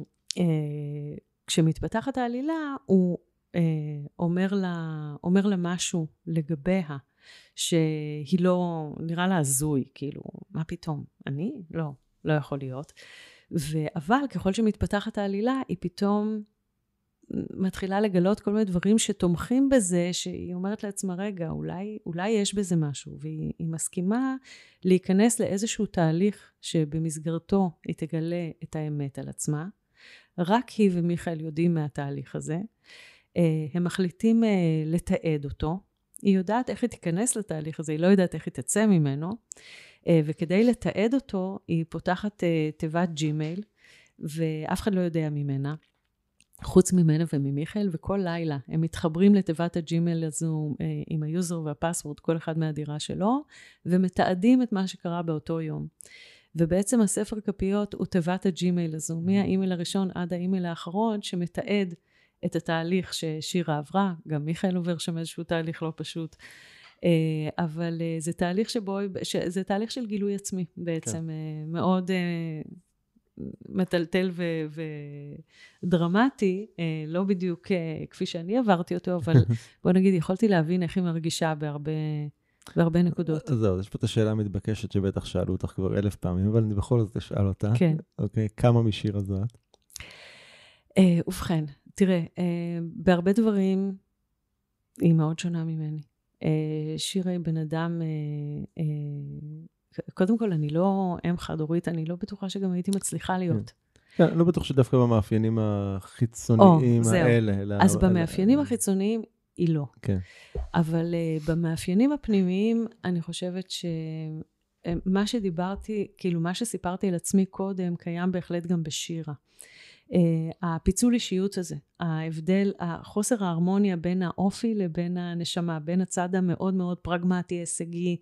כשמתפתחת העלילה, הוא אה, אומר, לה, אומר לה משהו לגביה, שהיא לא, נראה לה הזוי, כאילו, מה פתאום? אני? לא, לא יכול להיות. אבל ככל שמתפתחת העלילה, היא פתאום, מתחילה לגלות כל מיני דברים שתומכים בזה, שהיא אומרת לעצמה, רגע, אולי, אולי יש בזה משהו, והיא מסכימה להיכנס לאיזשהו תהליך שבמסגרתו היא תגלה את האמת על עצמה. רק היא ומיכאל יודעים מהתהליך הזה. הם מחליטים לתעד אותו. היא יודעת איך היא תיכנס לתהליך הזה, היא לא יודעת איך היא תצא ממנו. וכדי לתעד אותו, היא פותחת תיבת ג'ימייל, ואף אחד לא יודע ממנה. חוץ ממנה וממיכאל, וכל לילה הם מתחברים לתיבת הג'ימייל הזו עם היוזר והפסוורד, כל אחד מהדירה שלו, ומתעדים את מה שקרה באותו יום. ובעצם הספר כפיות הוא תיבת הג'ימייל הזו, מהאימייל הראשון עד האימייל האחרון, שמתעד את התהליך ששירה עברה, גם מיכאל עובר שם איזשהו תהליך לא פשוט, אבל זה תהליך שבו, זה תהליך של גילוי עצמי בעצם, כן. מאוד מטלטל ו- ודרמטי, לא בדיוק כפי שאני עברתי אותו, אבל בוא נגיד, יכולתי להבין איך היא מרגישה בהרבה, בהרבה נקודות. אז זהו, יש פה את השאלה המתבקשת שבטח שאלו אותך כבר אלף פעמים, אבל אני בכל זאת אשאל אותה. כן. אוקיי, כמה משיר הזו את? ובכן, תראה, בהרבה דברים היא מאוד שונה ממני. שירה היא בן אדם, קודם כל אני לא אם חד הורית, אני לא בטוחה שגם הייתי מצליחה להיות. כן, לא בטוח שדווקא במאפיינים החיצוניים האלה. אז במאפיינים החיצוניים היא לא. כן. אבל במאפיינים הפנימיים אני חושבת שמה שדיברתי, כאילו מה שסיפרתי על עצמי קודם, קיים בהחלט גם בשירה. הפיצול אישיות הזה, ההבדל, החוסר ההרמוניה בין האופי לבין הנשמה, בין הצד המאוד מאוד פרגמטי, הישגי,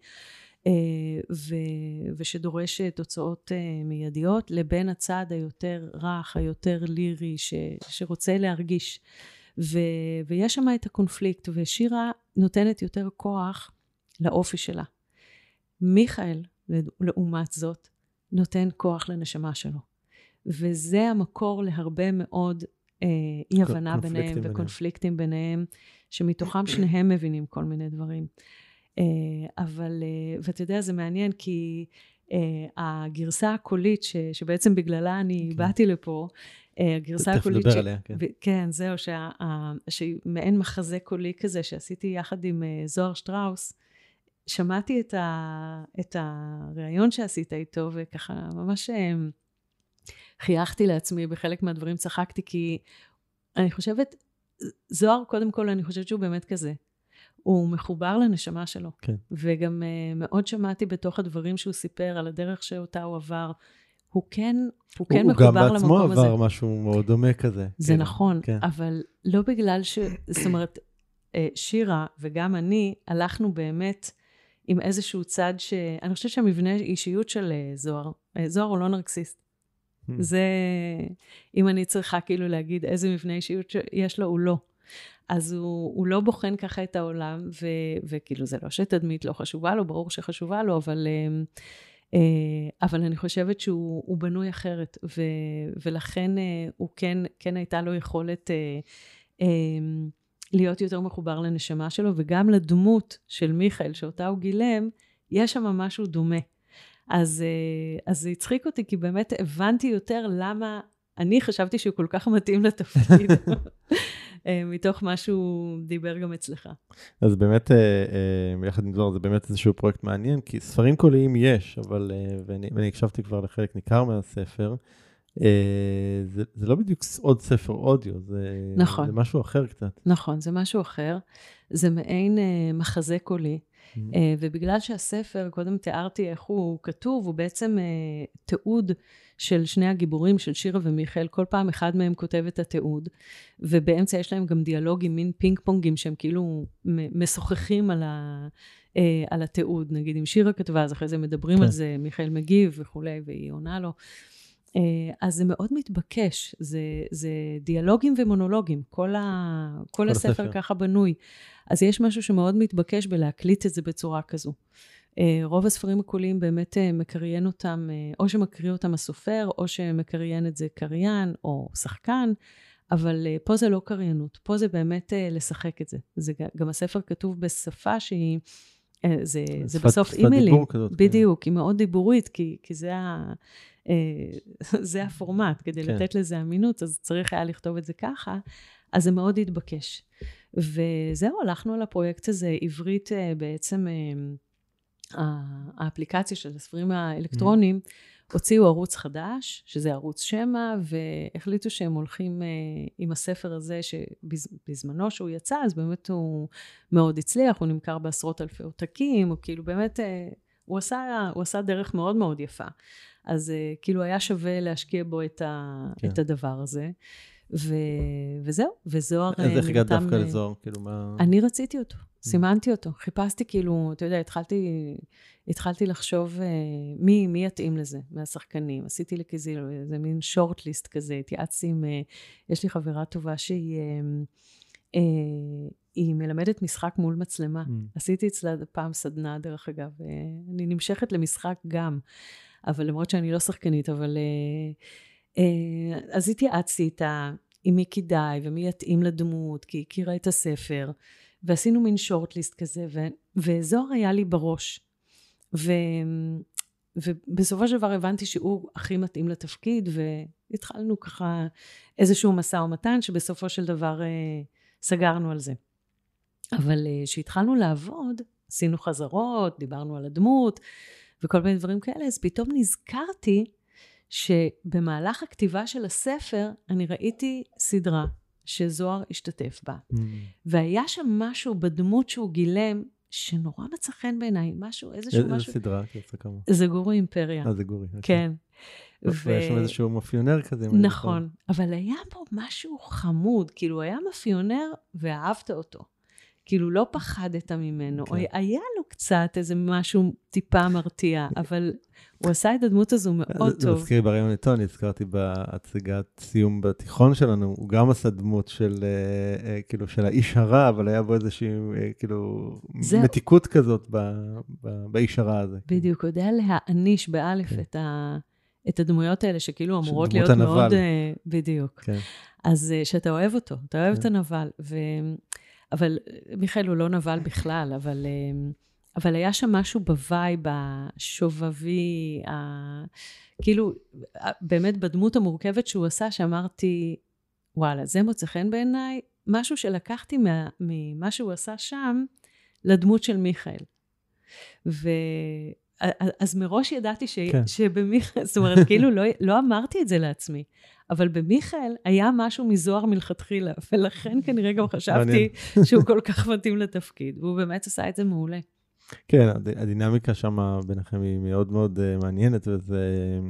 ו- ושדורש תוצאות מיידיות, לבין הצד היותר רך, היותר לירי, ש- שרוצה להרגיש. ו- ויש שם את הקונפליקט, ושירה נותנת יותר כוח לאופי שלה. מיכאל, לעומת זאת, נותן כוח לנשמה שלו. וזה המקור להרבה מאוד אה, אי הבנה ביניהם וקונפליקטים ביניהם, שמתוכם שניהם מבינים כל מיני דברים. אה, אבל, אה, ואתה יודע, זה מעניין, כי אה, הגרסה הקולית, ש, שבעצם בגללה אני okay. באתי לפה, אה, הגרסה הקולית... תכף לדבר עליה, כן. ו, כן, זהו, שה, ה, שמעין מחזה קולי כזה, שעשיתי יחד עם אה, זוהר שטראוס, שמעתי את, ה, את הרעיון שעשית איתו, וככה ממש... אה, חייכתי לעצמי, בחלק מהדברים צחקתי, כי אני חושבת, זוהר קודם כל, אני חושבת שהוא באמת כזה. הוא מחובר לנשמה שלו. כן. וגם uh, מאוד שמעתי בתוך הדברים שהוא סיפר, על הדרך שאותה הוא עבר, הוא כן, הוא כן הוא מחובר למקום הזה. הוא גם בעצמו עבר משהו מאוד דומה כזה. זה כן. נכון, כן. אבל לא בגלל ש... זאת אומרת, שירה וגם אני, הלכנו באמת עם איזשהו צד ש... אני חושבת שהמבנה אישיות של זוהר, זוהר הוא לא נרקסיסט. זה, אם אני צריכה כאילו להגיד איזה מבנה אישיות יש לו, הוא לא. אז הוא, הוא לא בוחן ככה את העולם, ו, וכאילו זה לא שתדמית לא חשובה לו, ברור שחשובה לו, אבל, אבל אני חושבת שהוא בנוי אחרת, ו, ולכן הוא כן, כן הייתה לו יכולת להיות יותר מחובר לנשמה שלו, וגם לדמות של מיכאל, שאותה הוא גילם, יש שם משהו דומה. אז, אז זה הצחיק אותי, כי באמת הבנתי יותר למה אני חשבתי שהוא כל כך מתאים לתפקיד, מתוך מה שהוא דיבר גם אצלך. אז באמת, יחד עם זאת, זה באמת איזשהו פרויקט מעניין, כי ספרים קוליים יש, אבל, ואני, ואני הקשבתי כבר לחלק ניכר מהספר, זה, זה לא בדיוק עוד ספר אודיו, זה, נכון. זה משהו אחר קצת. נכון, זה משהו אחר. זה מעין מחזה קולי. Mm-hmm. ובגלל שהספר, קודם תיארתי איך הוא כתוב, הוא בעצם תיעוד של שני הגיבורים, של שירה ומיכאל, כל פעם אחד מהם כותב את התיעוד, ובאמצע יש להם גם דיאלוגים, מין פינג פונגים, שהם כאילו משוחחים על, ה, על התיעוד. נגיד, אם שירה כתבה, אז אחרי זה מדברים כן. על זה, מיכאל מגיב וכולי, והיא עונה לו. אז זה מאוד מתבקש, זה, זה דיאלוגים ומונולוגים, כל, ה, כל, כל הספר, הספר ככה בנוי. אז יש משהו שמאוד מתבקש בלהקליט את זה בצורה כזו. רוב הספרים הקוליים באמת מקריין אותם, או שמקריא אותם הסופר, או שמקריין את זה קריין או שחקן, אבל פה זה לא קריינות, פה זה באמת לשחק את זה. זה גם הספר כתוב בשפה שהיא זה, זה בסוף אימיילים, בדיוק, היא מאוד דיבורית, כי, כי זה, ה, זה הפורמט, כדי כן. לתת לזה אמינות, אז צריך היה לכתוב את זה ככה, אז זה מאוד התבקש. וזהו, הלכנו על הפרויקט הזה, עברית בעצם, האפליקציה של הספרים האלקטרוניים, הוציאו ערוץ חדש, שזה ערוץ שמע, והחליטו שהם הולכים עם הספר הזה, שבזמנו שהוא יצא, אז באמת הוא מאוד הצליח, הוא נמכר בעשרות אלפי עותקים, הוא כאילו באמת, הוא עשה, הוא עשה דרך מאוד מאוד יפה. אז כאילו היה שווה להשקיע בו את, ה, כן. את הדבר הזה. ו... וזהו, וזוהר נרתם... אז איך הגעת דווקא לזוהר? כאילו מה... אני רציתי אותו, סימנתי אותו, חיפשתי כאילו, אתה יודע, התחלתי, התחלתי לחשוב מי, מי יתאים לזה, מהשחקנים, עשיתי לי כזה, איזה מין שורט-ליסט כזה, התייעצתי עם, יש לי חברה טובה שהיא, היא מלמדת משחק מול מצלמה, עשיתי אצלה פעם סדנה דרך אגב, אני נמשכת למשחק גם, אבל למרות שאני לא שחקנית, אבל... אז התייעצתי איתה, עם מי כדאי ומי יתאים לדמות, כי הכירה את הספר, ועשינו מין שורט-ליסט כזה, ו- וזוהר היה לי בראש. ו- ובסופו של דבר הבנתי שהוא הכי מתאים לתפקיד, והתחלנו ככה איזשהו מסע ומתן, שבסופו של דבר סגרנו על זה. אבל כשהתחלנו לעבוד, עשינו חזרות, דיברנו על הדמות, וכל מיני דברים כאלה, אז פתאום נזכרתי, שבמהלך הכתיבה של הספר, אני ראיתי סדרה שזוהר השתתף בה. Mm. והיה שם משהו בדמות שהוא גילם, שנורא מצא חן בעיניי, משהו, איזשהו איזה משהו. איזה סדרה? כמה? זה גורי אימפריה. אה, זה גורי. כן. ויש שם איזשהו מאפיונר כזה. נכון, אבל היה פה משהו חמוד, כאילו היה מאפיונר ואהבת אותו. כאילו לא פחדת ממנו, או היה לו קצת איזה משהו טיפה מרתיע, אבל הוא עשה את הדמות הזו מאוד טוב. זה מזכיר ברעיון איתו, אני הזכרתי בהצגת סיום בתיכון שלנו, הוא גם עשה דמות של, כאילו, של האיש הרע, אבל היה בו איזושהי, כאילו, מתיקות כזאת באיש הרע הזה. בדיוק, הוא יודע להעניש באלף את הדמויות האלה, שכאילו אמורות להיות מאוד, בדיוק. אז שאתה אוהב אותו, אתה אוהב את הנבל, ו... אבל מיכאל הוא לא נבל בכלל, אבל, אבל היה שם משהו בוואי, בשובבי, ה... כאילו, באמת בדמות המורכבת שהוא עשה, שאמרתי, וואלה, זה מוצא חן בעיניי, משהו שלקחתי מה, ממה שהוא עשה שם, לדמות של מיכאל. ו... אז מראש ידעתי ש... כן. שבמיכאל, זאת אומרת, כאילו לא, לא אמרתי את זה לעצמי, אבל במיכאל היה משהו מזוהר מלכתחילה, ולכן כנראה גם חשבתי שהוא כל כך מתאים לתפקיד, והוא באמת עשה את זה מעולה. כן, הדינמיקה שם ביניכם היא מאוד מאוד מעניינת, וזה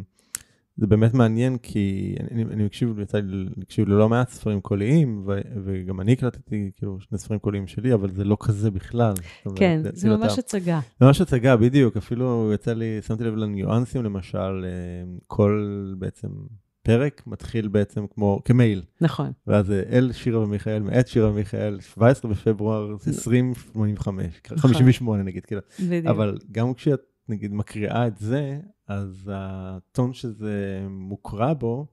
זה באמת מעניין, כי אני, אני מקשיב, יצא לי להקשיב ללא מעט ספרים קוליים, ו, וגם אני הקלטתי כאילו שני ספרים קוליים שלי, אבל זה לא כזה בכלל. כן, אומרת, זה ממש הצגה. זה ממש הצגה, בדיוק. אפילו יצא לי, שמתי לב לניואנסים, למשל, כל בעצם פרק מתחיל בעצם כמו, כמייל. נכון. ואז אל שירה ומיכאל, מאת שירה ומיכאל, שבעה עשר בפברואר, עשרים שמונים וחמש, חמישים ושמונה נגיד, כאילו. בדיוק. אבל גם כשאת, נגיד, מקריאה את זה, אז הטון שזה מוקרא בו,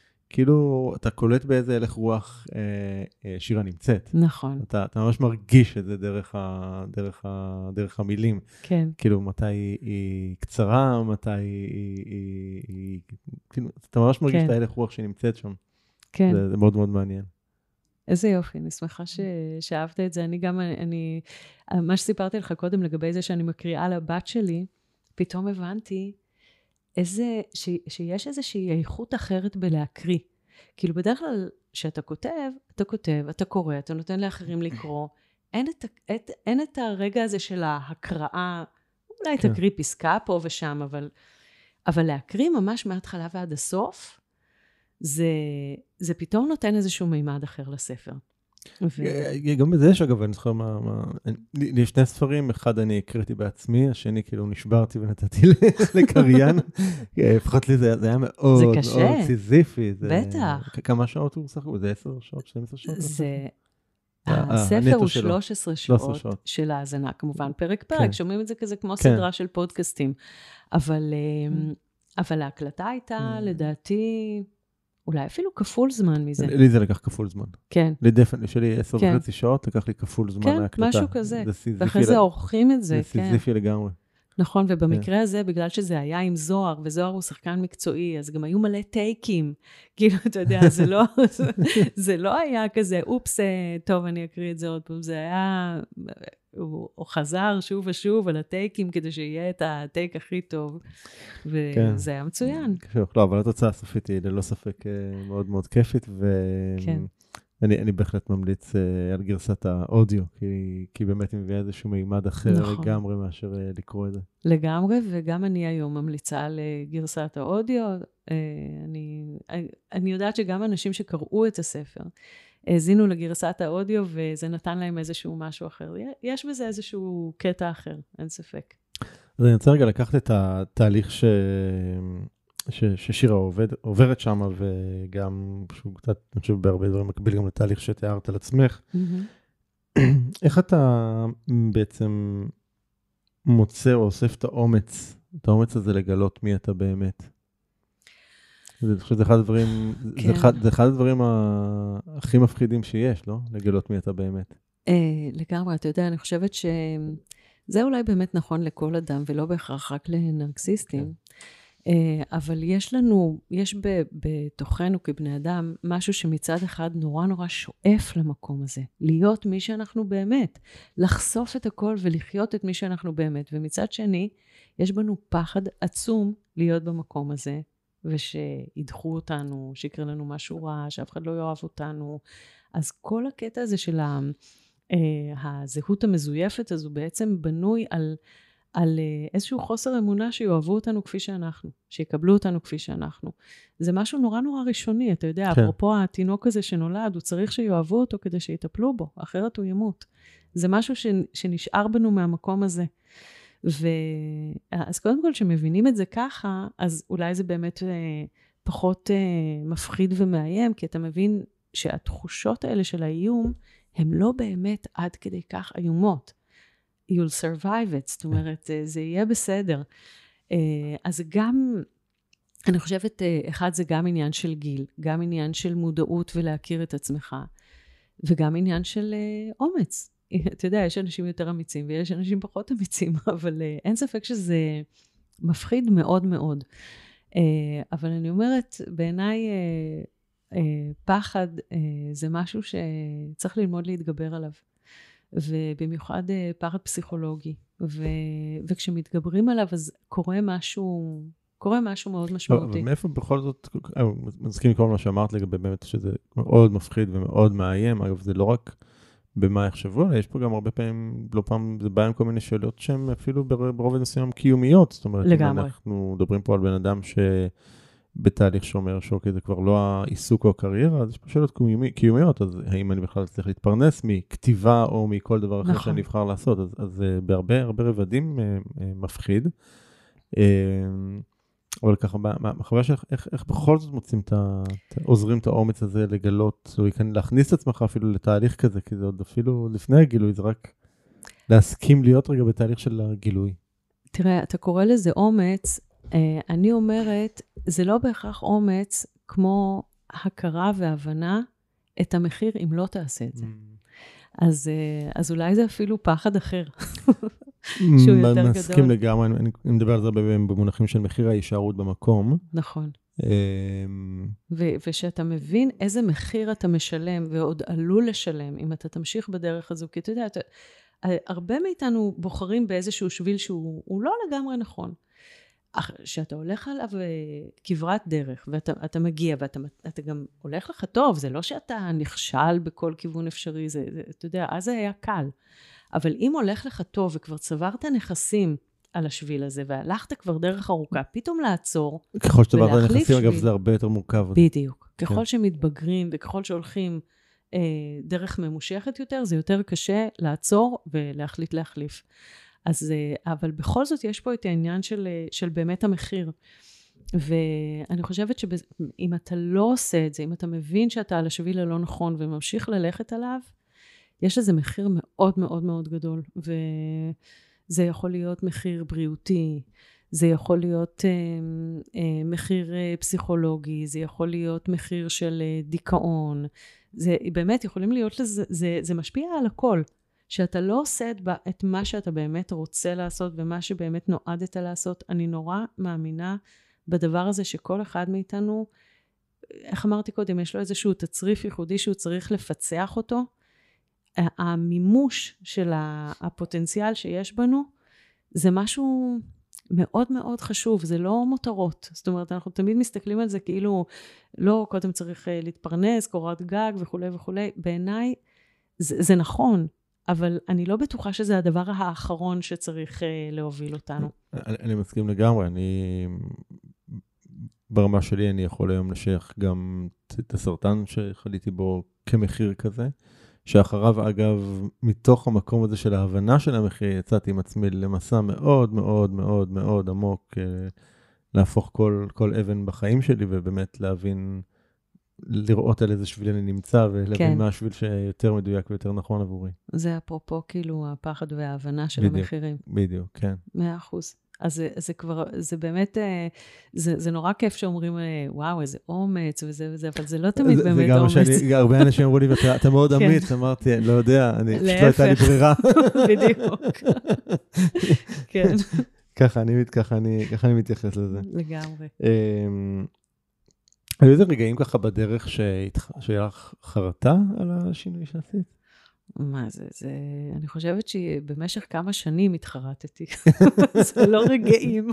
כאילו אתה קולט באיזה הלך רוח אה, אה, שירה נמצאת. נכון. אתה, אתה ממש מרגיש את זה דרך, ה, דרך, ה, דרך המילים. כן. כאילו מתי היא, היא קצרה, מתי היא, היא, היא, היא כאילו, אתה ממש מרגיש כן. את ההלך רוח שנמצאת שם. כן. זה, זה מאוד מאוד מעניין. איזה יופי, אני שמחה ש... שאהבת את זה. אני גם, אני, מה שסיפרתי לך קודם לגבי זה שאני מקריאה לבת שלי, פתאום הבנתי איזה, ש, שיש איזושהי איכות אחרת בלהקריא. כאילו בדרך כלל, שאתה כותב, אתה כותב, אתה קורא, אתה נותן לאחרים לקרוא, אין את, את, אין את הרגע הזה של ההקראה, אולי כן. תקריא פסקה פה ושם, אבל, אבל להקריא ממש מההתחלה ועד הסוף, זה, זה פתאום נותן איזשהו מימד אחר לספר. ו... גם בזה יש אגב, אני זוכר מה, מה... לי שני ספרים, אחד אני הקראתי בעצמי, השני כאילו נשברתי ונתתי לקריין, לפחות לי זה היה מאוד מאוד סיזיפי. בטח. כמה שעות הוא סך? זה עשר שעות, שתים עשרה שעות? זה... הספר הוא שלוש עשרה שעות של ההאזנה, כמובן, פרק פרק, שומעים את זה כזה כמו סדרה של פודקאסטים, אבל ההקלטה הייתה לדעתי אולי אפילו כפול זמן מזה. לי זה לקח כפול זמן. כן. לי דפן, שלי עשר וחצי שעות, לקח לי כפול זמן כן, להקלטה. משהו כזה. ואחרי זה עורכים את זה. זה סיזיפי לגמרי. נכון, ובמקרה הזה, בגלל שזה היה עם זוהר, וזוהר הוא שחקן מקצועי, אז גם היו מלא טייקים. כאילו, אתה יודע, זה לא, זה לא היה כזה, אופס, טוב, אני אקריא את זה עוד פעם. זה היה, הוא, הוא חזר שוב ושוב על הטייקים, כדי שיהיה את הטייק הכי טוב. וזה היה מצוין. לא, אבל התוצאה הסופית היא ללא ספק מאוד מאוד כיפית, ו... כן. אני, אני בהחלט ממליץ uh, על גרסת האודיו, כי, כי באמת היא מביאה איזשהו מימד אחר נכון. לגמרי מאשר uh, לקרוא את זה. לגמרי, וגם אני היום ממליצה על uh, גרסת האודיו. Uh, אני, אני יודעת שגם אנשים שקראו את הספר, האזינו לגרסת האודיו, וזה נתן להם איזשהו משהו אחר. יש בזה איזשהו קטע אחר, אין ספק. אז אני רוצה רגע לקחת את התהליך ש... ש, ששירה עובד, עוברת שם, וגם שהוא קצת, אני חושב, בהרבה דברים מקביל גם לתהליך שתיארת על עצמך. Mm-hmm. איך אתה בעצם מוצא או אוסף את האומץ, את האומץ הזה לגלות מי אתה באמת? אני חושב שזה אחד הדברים, כן. זה, אחד, זה אחד הדברים הכי מפחידים שיש, לא? לגלות מי אתה באמת. אה, לגמרי, אתה יודע, אני חושבת שזה אולי באמת נכון לכל אדם, ולא בהכרח רק לנרקסיסטים. כן. אבל יש לנו, יש בתוכנו כבני אדם, משהו שמצד אחד נורא נורא שואף למקום הזה, להיות מי שאנחנו באמת, לחשוף את הכל ולחיות את מי שאנחנו באמת, ומצד שני, יש בנו פחד עצום להיות במקום הזה, ושידחו אותנו, שיקרה לנו משהו רע, שאף אחד לא יאהב אותנו, אז כל הקטע הזה של הזהות המזויפת הזו בעצם בנוי על, על איזשהו חוסר אמונה שיאהבו אותנו כפי שאנחנו, שיקבלו אותנו כפי שאנחנו. זה משהו נורא נורא ראשוני, אתה יודע, כן. אפרופו התינוק הזה שנולד, הוא צריך שיאהבו אותו כדי שיטפלו בו, אחרת הוא ימות. זה משהו ש, שנשאר בנו מהמקום הזה. ואז קודם כל, שמבינים את זה ככה, אז אולי זה באמת פחות מפחיד ומאיים, כי אתה מבין שהתחושות האלה של האיום, הן לא באמת עד כדי כך איומות. You'll survive it, זאת אומרת, זה יהיה בסדר. אז גם, אני חושבת, אחד זה גם עניין של גיל, גם עניין של מודעות ולהכיר את עצמך, וגם עניין של אומץ. אתה יודע, יש אנשים יותר אמיצים, ויש אנשים פחות אמיצים, אבל אין ספק שזה מפחיד מאוד מאוד. אבל אני אומרת, בעיניי, פחד זה משהו שצריך ללמוד להתגבר עליו. ובמיוחד פחד פסיכולוגי. ו... וכשמתגברים עליו, אז קורה משהו, קורה משהו מאוד משמעותי. אבל מאיפה בכל זאת, מזכיר כל מה שאמרת לגבי באמת שזה מאוד מפחיד ומאוד מאיים, אגב, זה לא רק במה יחשבו, אלא יש פה גם הרבה פעמים, לא פעם זה בא עם כל מיני שאלות שהן אפילו ברובד מסוים קיומיות, זאת אומרת, לגמרי. אנחנו מדברים פה על בן אדם ש... בתהליך שאומר שאוקיי, זה כבר לא העיסוק או הקריירה, אז יש פה שאלות קיומיות, אז האם אני בכלל צריך להתפרנס מכתיבה או מכל דבר אחר נכון. שאני נבחר לעשות, אז, אז בהרבה הרבה רבדים מפחיד. אבל ככה, בחוויה שלך, איך, איך בכל זאת מוצאים את ה... עוזרים את האומץ הזה לגלות, או להכניס את עצמך אפילו לתהליך כזה, כי זה עוד אפילו לפני הגילוי, זה רק להסכים להיות רגע בתהליך של הגילוי. תראה, אתה קורא לזה אומץ, אני אומרת, זה לא בהכרח אומץ כמו הכרה והבנה את המחיר אם לא תעשה את זה. אז, אז אולי זה אפילו פחד אחר, שהוא יותר גדול. מסכים לגמרי, אני מדבר על זה במונחים של מחיר ההישארות במקום. נכון. ו- ושאתה מבין איזה מחיר אתה משלם, ועוד עלול לשלם, אם אתה תמשיך בדרך הזו, כי אתה יודע, אתה, הרבה מאיתנו בוחרים באיזשהו שביל שהוא לא לגמרי נכון. שאתה הולך עליו כברת דרך, ואתה אתה מגיע, ואתה אתה גם הולך לך טוב, זה לא שאתה נכשל בכל כיוון אפשרי, זה, זה, אתה יודע, אז זה היה קל. אבל אם הולך לך טוב, וכבר צברת נכסים על השביל הזה, והלכת כבר דרך ארוכה, פתאום לעצור, ככל שצברת נכסים, אגב, זה הרבה יותר מורכב. בדיוק. ככל כן. שמתבגרים, וככל שהולכים אה, דרך ממושכת יותר, זה יותר קשה לעצור, ולהחליט להחליף. אז, אבל בכל זאת יש פה את העניין של, של באמת המחיר. ואני חושבת שאם אתה לא עושה את זה, אם אתה מבין שאתה על השביל הלא נכון וממשיך ללכת עליו, יש לזה מחיר מאוד מאוד מאוד גדול. וזה יכול להיות מחיר בריאותי, זה יכול להיות אה, אה, מחיר אה, פסיכולוגי, זה יכול להיות מחיר של אה, דיכאון, זה באמת יכולים להיות לזה, זה, זה משפיע על הכל. שאתה לא עושה את, את מה שאתה באמת רוצה לעשות, ומה שבאמת נועדת לעשות. אני נורא מאמינה בדבר הזה שכל אחד מאיתנו, איך אמרתי קודם, יש לו איזשהו תצריף ייחודי שהוא צריך לפצח אותו. המימוש של הפוטנציאל שיש בנו, זה משהו מאוד מאוד חשוב, זה לא מותרות. זאת אומרת, אנחנו תמיד מסתכלים על זה כאילו, לא, קודם צריך להתפרנס, קורת גג וכו' וכו'. בעיניי, זה, זה נכון, אבל אני לא בטוחה שזה הדבר האחרון שצריך להוביל אותנו. אני, אני מסכים לגמרי, אני... ברמה שלי אני יכול היום לשייך גם את הסרטן שחליתי בו כמחיר כזה, שאחריו אגב, מתוך המקום הזה של ההבנה של המחיר, יצאתי עם עצמי למסע מאוד מאוד מאוד מאוד עמוק, להפוך כל, כל אבן בחיים שלי, ובאמת להבין, לראות על איזה שביל אני נמצא, ולהבין כן. מה השביל שיותר מדויק ויותר נכון עבורי. זה אפרופו כאילו הפחד וההבנה של בדיוק, המחירים. בדיוק, כן. מאה אחוז. אז זה, זה כבר, זה באמת, זה, זה נורא כיף שאומרים, וואו, איזה אומץ וזה וזה, אבל זה לא תמיד זה, באמת זה גם אומץ. שאני, הרבה אנשים אמרו לי, אתה, אתה מאוד אמיץ, אמרתי, לא יודע, אני פשוט לא הייתה לי ברירה. בדיוק. כן. ככה אני, ככה אני, ככה אני מתייחס לזה. לגמרי. היו איזה רגעים ככה בדרך שהיה לך חרטה על השינוי שעשית? מה זה, זה, אני חושבת שבמשך כמה שנים התחרטתי. זה לא רגעים.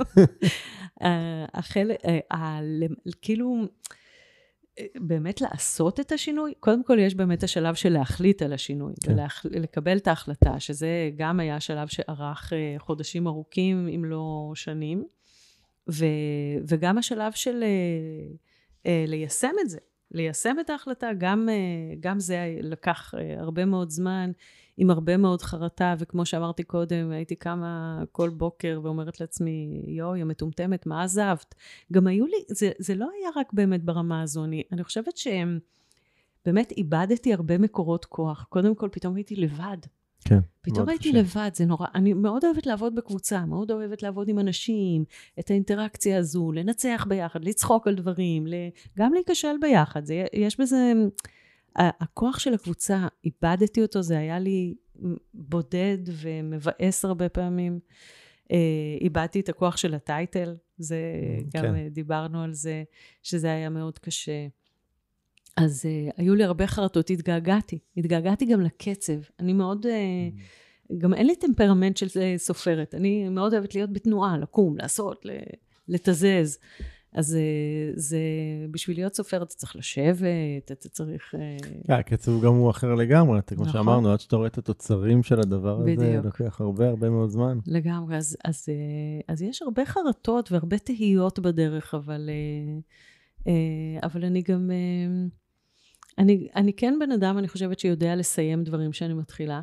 החלק, כאילו, באמת לעשות את השינוי, קודם כל יש באמת השלב של להחליט על השינוי, ולקבל את ההחלטה, שזה גם היה שלב שערך חודשים ארוכים, אם לא שנים, וגם השלב של ליישם את זה. ליישם את ההחלטה, גם, גם זה לקח הרבה מאוד זמן, עם הרבה מאוד חרטה, וכמו שאמרתי קודם, הייתי קמה כל בוקר ואומרת לעצמי, יואי, המטומטמת, מה עזבת? גם היו לי, זה, זה לא היה רק באמת ברמה הזו, אני, אני חושבת שבאמת איבדתי הרבה מקורות כוח. קודם כל, פתאום הייתי לבד. כן. פתאום הייתי לבד, זה נורא, אני מאוד אוהבת לעבוד בקבוצה, מאוד אוהבת לעבוד עם אנשים, את האינטראקציה הזו, לנצח ביחד, לצחוק על דברים, גם להיכשל ביחד, זה, יש בזה, הכוח של הקבוצה, איבדתי אותו, זה היה לי בודד ומבאס הרבה פעמים, איבדתי את הכוח של הטייטל, זה גם כן. דיברנו על זה, שזה היה מאוד קשה, אז uh, היו לי הרבה חרטות, התגעגעתי, התגעגעתי גם לקצב, אני מאוד, uh, גם אין לי טמפרמנט של סופרת, אני מאוד אוהבת להיות בתנועה, לקום, לעשות, לתזז, אז uh, זה, בשביל להיות סופרת, אתה צריך לשבת, אתה צריך... כן, הקצב גם הוא אחר לגמרי, כמו שאמרנו, עד שאתה רואה את התוצרים של הדבר הזה, לוקח הרבה הרבה מאוד זמן. לגמרי, אז, אז, אז יש הרבה חרטות והרבה תהיות בדרך, אבל... אבל אני גם, אני, אני כן בן אדם, אני חושבת שיודע לסיים דברים שאני מתחילה,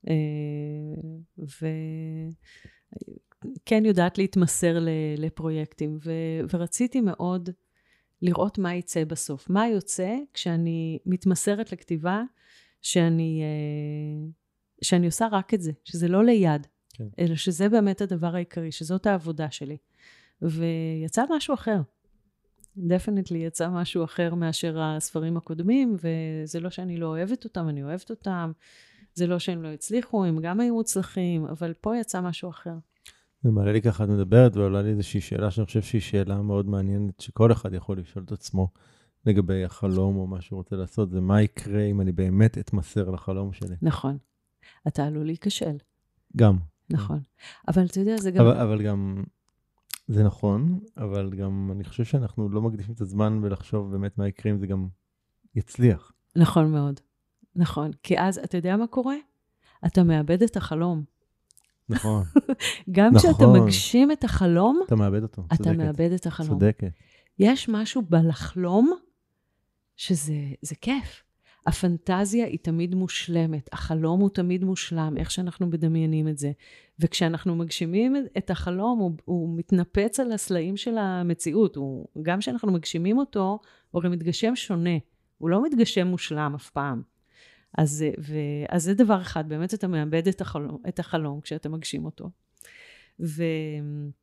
וכן יודעת להתמסר לפרויקטים, ורציתי מאוד לראות מה יצא בסוף. מה יוצא כשאני מתמסרת לכתיבה, שאני, שאני עושה רק את זה, שזה לא ליד, כן. אלא שזה באמת הדבר העיקרי, שזאת העבודה שלי. ויצא משהו אחר. דפנטלי יצא משהו אחר מאשר הספרים הקודמים, וזה לא שאני לא אוהבת אותם, אני אוהבת אותם, זה לא שהם לא הצליחו, הם גם היו מוצלחים, אבל פה יצא משהו אחר. זה מעלה לי ככה, את מדברת, ועולה לי איזושהי שאלה, שאני חושב שהיא שאלה מאוד מעניינת, שכל אחד יכול לשאול את עצמו, לגבי החלום או מה שהוא רוצה לעשות, זה מה יקרה אם אני באמת אתמסר לחלום שלי. נכון. אתה עלול להיכשל. גם. נכון. אבל אתה יודע, זה גם... אבל, אבל גם... זה נכון, אבל גם אני חושב שאנחנו לא מקדישים את הזמן ולחשוב באמת מה יקרה אם זה גם יצליח. נכון מאוד, נכון. כי אז אתה יודע מה קורה? אתה מאבד את החלום. נכון. גם נכון. כשאתה מגשים את החלום, אתה מאבד אותו. אתה צודקת. מאבד את החלום. צודקת. יש משהו בלחלום שזה זה כיף. הפנטזיה היא תמיד מושלמת, החלום הוא תמיד מושלם, איך שאנחנו מדמיינים את זה. וכשאנחנו מגשימים את החלום, הוא, הוא מתנפץ על הסלעים של המציאות. הוא, גם כשאנחנו מגשימים אותו, הוא הרי מתגשם שונה. הוא לא מתגשם מושלם אף פעם. אז, ו, אז זה דבר אחד, באמת אתה מאבד את החלום, את החלום כשאתה מגשים אותו. ו,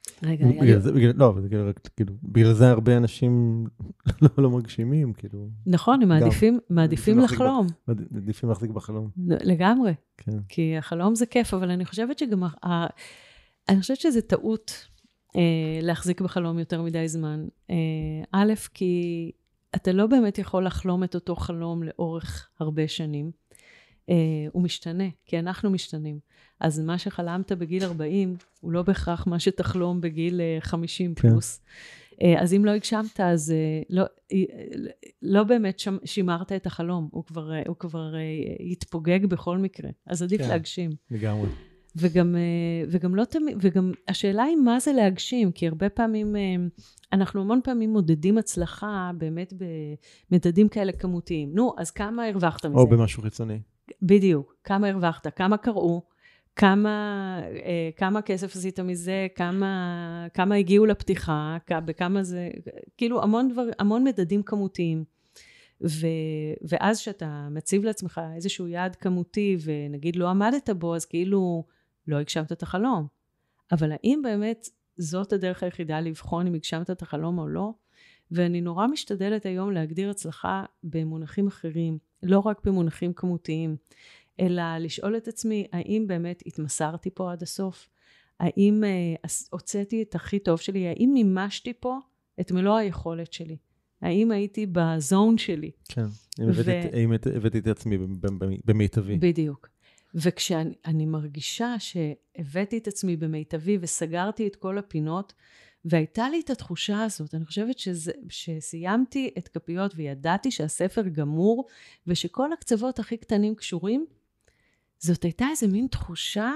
רגע, היה בגלל לי... זה, בגלל, לא, אבל זה כאילו, רק, כאילו, בגלל זה הרבה אנשים לא, לא מגשימים, כאילו. נכון, הם מעדיפים, מעדיפים להחזיק לחלום. ב- מעדיפים להחזיק בחלום. לגמרי. כן. כי החלום זה כיף, אבל אני חושבת שגם, ה- אני חושבת שזה טעות אה, להחזיק בחלום יותר מדי זמן. אה, א', כי אתה לא באמת יכול לחלום את אותו חלום לאורך הרבה שנים. אה, הוא משתנה, כי אנחנו משתנים. אז מה שחלמת בגיל ארבעים, הוא לא בהכרח מה שתחלום בגיל אה, חמישים כן. פלוס. אה, אז אם לא הגשמת, אז אה, לא, אה, לא באמת שמ, שימרת את החלום, הוא כבר, אה, הוא כבר אה, יתפוגג בכל מקרה. אז עדיף כן. להגשים. לגמרי. וגם, וגם לא תמיד, וגם השאלה היא מה זה להגשים, כי הרבה פעמים, אנחנו המון פעמים מודדים הצלחה באמת במדדים כאלה כמותיים. נו, אז כמה הרווחת מזה? או במשהו חיצוני. בדיוק, כמה הרווחת, כמה קראו, כמה, כמה כסף עשית מזה, כמה, כמה הגיעו לפתיחה, בכמה זה, כאילו המון דבר, המון מדדים כמותיים. ו, ואז שאתה מציב לעצמך איזשהו יעד כמותי, ונגיד לא עמדת בו, אז כאילו לא הגשמת את החלום. אבל האם באמת זאת הדרך היחידה לבחון אם הגשמת את החלום או לא? ואני נורא משתדלת היום להגדיר הצלחה במונחים אחרים, לא רק במונחים כמותיים, אלא לשאול את עצמי, האם באמת התמסרתי פה עד הסוף? האם uh, הוצאתי את הכי טוב שלי? האם מימשתי פה את מלוא היכולת שלי? האם הייתי בזון שלי? כן, האם הבאתי את עצמי במיטבי. בדיוק. וכשאני מרגישה שהבאתי את עצמי במיטבי וסגרתי את כל הפינות, והייתה לי את התחושה הזאת, אני חושבת שזה, שסיימתי את כפיות וידעתי שהספר גמור, ושכל הקצוות הכי קטנים קשורים, זאת הייתה איזה מין תחושה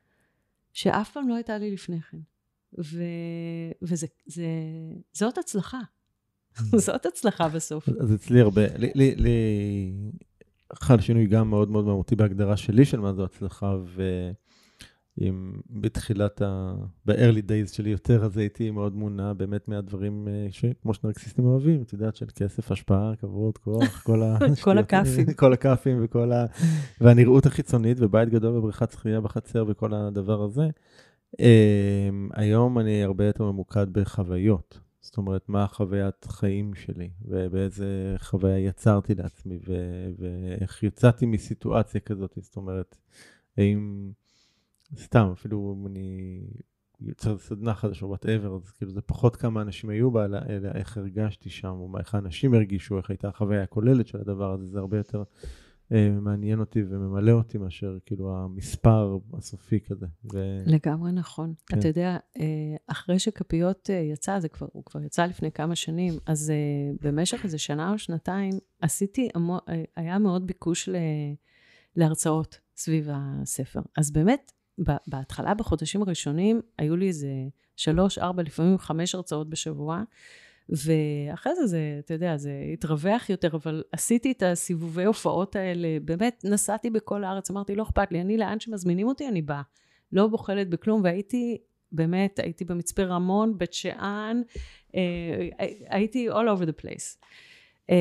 שאף פעם לא הייתה לי לפני כן. ו, וזה, זה, זאת הצלחה. זאת הצלחה בסוף. אז אצלי הרבה, לי, לי, לי, חל שינוי גם מאוד מאוד מהותי בהגדרה שלי של מה זו הצלחה, ואם בתחילת ה... ב-early days שלי יותר, אז הייתי מאוד מונע באמת מהדברים שכמו שנרקסיסטים אוהבים, את יודעת, של כסף, השפעה, כבוד, כוח, כל ה... כל הקאפים. כל הקאפים וכל ה... והנראות החיצונית, ובית גדול ובריכת שחייה בחצר וכל הדבר הזה. היום אני הרבה יותר ממוקד בחוויות. זאת אומרת, מה החוויית חיים שלי, ובאיזה חוויה יצרתי לעצמי, ו- ואיך יצאתי מסיטואציה כזאת. זאת אומרת, האם, סתם, אפילו אם אני יוצר סדנה חדשה, או whatever, אז כאילו זה פחות כמה אנשים היו בה, אלא איך הרגשתי שם, או איך האנשים הרגישו, איך הייתה החוויה הכוללת של הדבר הזה, זה הרבה יותר אה, מעניין אותי וממלא אותי מאשר כאילו המספר הסופי כזה. ו... לגמרי נכון. כן. אתה יודע, אחרי שכפיות יצא, זה כבר, הוא כבר יצא לפני כמה שנים, אז במשך איזה שנה או שנתיים, עשיתי, היה מאוד ביקוש ל, להרצאות סביב הספר. אז באמת, בהתחלה, בחודשים הראשונים, היו לי איזה שלוש, ארבע, לפעמים חמש הרצאות בשבוע, ואחרי זה, זה, אתה יודע, זה התרווח יותר, אבל עשיתי את הסיבובי הופעות האלה, באמת נסעתי בכל הארץ, אמרתי, לא אכפת לי, אני לאן שמזמינים אותי, אני באה, לא בוחלת בכלום, והייתי, באמת, הייתי במצפה רמון, בית שאן, אה, הייתי all over the place. אה,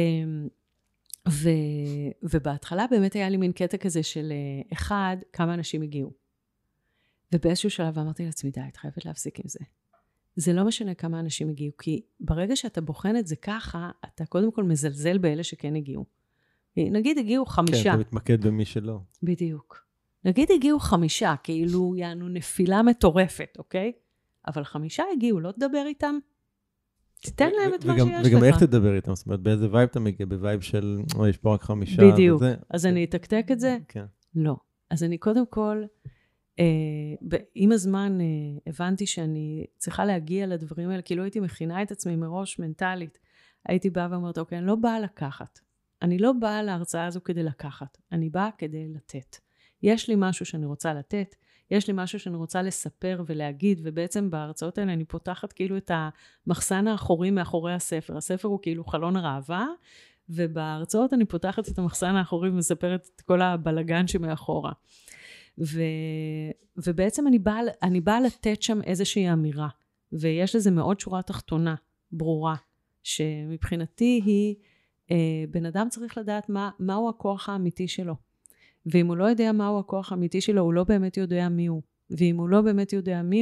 ו, ובהתחלה באמת היה לי מין קטע כזה של אחד, כמה אנשים הגיעו. ובאיזשהו שלב אמרתי לעצמי, די, את חייבת להפסיק עם זה. זה לא משנה כמה אנשים הגיעו, כי ברגע שאתה בוחן את זה ככה, אתה קודם כל מזלזל באלה שכן הגיעו. נגיד הגיעו חמישה. כן, אתה מתמקד במי שלא. בדיוק. נגיד הגיעו חמישה, כאילו יענו נפילה מטורפת, אוקיי? אבל חמישה הגיעו, לא תדבר איתם. תיתן להם את מה שיש לך. וגם איך תדבר איתם? זאת אומרת, באיזה וייב אתה מגיע? בווייב של, או, יש פה רק חמישה. בדיוק. אז אני אתקתק את זה? כן. לא. אז אני קודם כל... Uh, עם הזמן uh, הבנתי שאני צריכה להגיע לדברים האלה, כי לא הייתי מכינה את עצמי מראש מנטלית. הייתי באה ואומרת, אוקיי, אני לא באה לקחת. אני לא באה להרצאה הזו כדי לקחת. אני באה כדי לתת. יש לי משהו שאני רוצה לתת, יש לי משהו שאני רוצה לספר ולהגיד, ובעצם בהרצאות האלה אני פותחת כאילו את המחסן האחורי מאחורי הספר. הספר הוא כאילו חלון הראווה, ובהרצאות אני פותחת את המחסן האחורי ומספרת את כל הבלגן שמאחורה. ו, ובעצם אני באה, אני באה לתת שם איזושהי אמירה, ויש לזה מאוד שורה תחתונה, ברורה, שמבחינתי היא, אה, בן אדם צריך לדעת מה, מהו הכוח האמיתי שלו, ואם הוא לא יודע מהו הכוח האמיתי שלו, הוא לא באמת יודע מי הוא, ואם הוא לא באמת יודע מי הוא,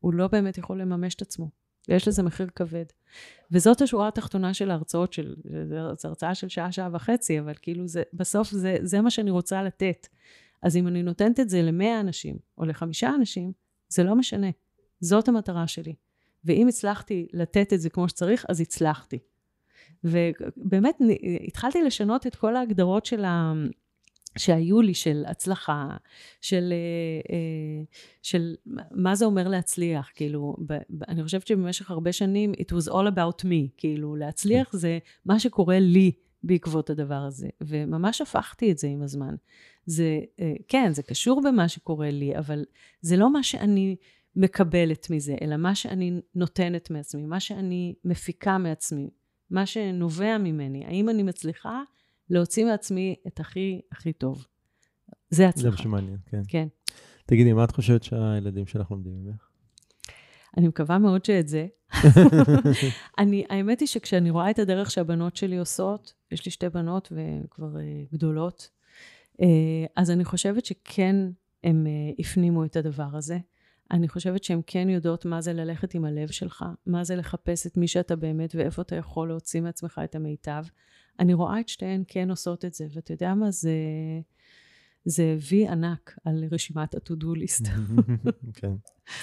הוא לא באמת יכול לממש את עצמו. ויש לזה מחיר כבד. וזאת השורה התחתונה של ההרצאות, של, זו הרצאה של שעה, שעה וחצי, אבל כאילו זה, בסוף זה, זה מה שאני רוצה לתת. אז אם אני נותנת את זה למאה אנשים, או לחמישה אנשים, זה לא משנה. זאת המטרה שלי. ואם הצלחתי לתת את זה כמו שצריך, אז הצלחתי. ובאמת, התחלתי לשנות את כל ההגדרות של ה... שהיו לי של הצלחה, של, של מה זה אומר להצליח, כאילו, אני חושבת שבמשך הרבה שנים, it was all about me, כאילו, להצליח זה מה שקורה לי בעקבות הדבר הזה, וממש הפכתי את זה עם הזמן. זה, כן, זה קשור במה שקורה לי, אבל זה לא מה שאני מקבלת מזה, אלא מה שאני נותנת מעצמי, מה שאני מפיקה מעצמי, מה שנובע ממני. האם אני מצליחה להוציא מעצמי את הכי, הכי טוב. זה הצלחה. זה שמעניין, כן. כן. תגידי, מה את חושבת שהילדים שלך לומדים ממך? אני מקווה מאוד שאת זה. אני, האמת היא שכשאני רואה את הדרך שהבנות שלי עושות, יש לי שתי בנות וכבר uh, גדולות, uh, אז אני חושבת שכן הם uh, הפנימו את הדבר הזה. אני חושבת שהן כן יודעות מה זה ללכת עם הלב שלך, מה זה לחפש את מי שאתה באמת, ואיפה אתה יכול להוציא מעצמך את המיטב. אני רואה את שתיהן כן עושות את זה, ואתה יודע מה, זה, זה וי ענק על רשימת ה-to-do list. כן.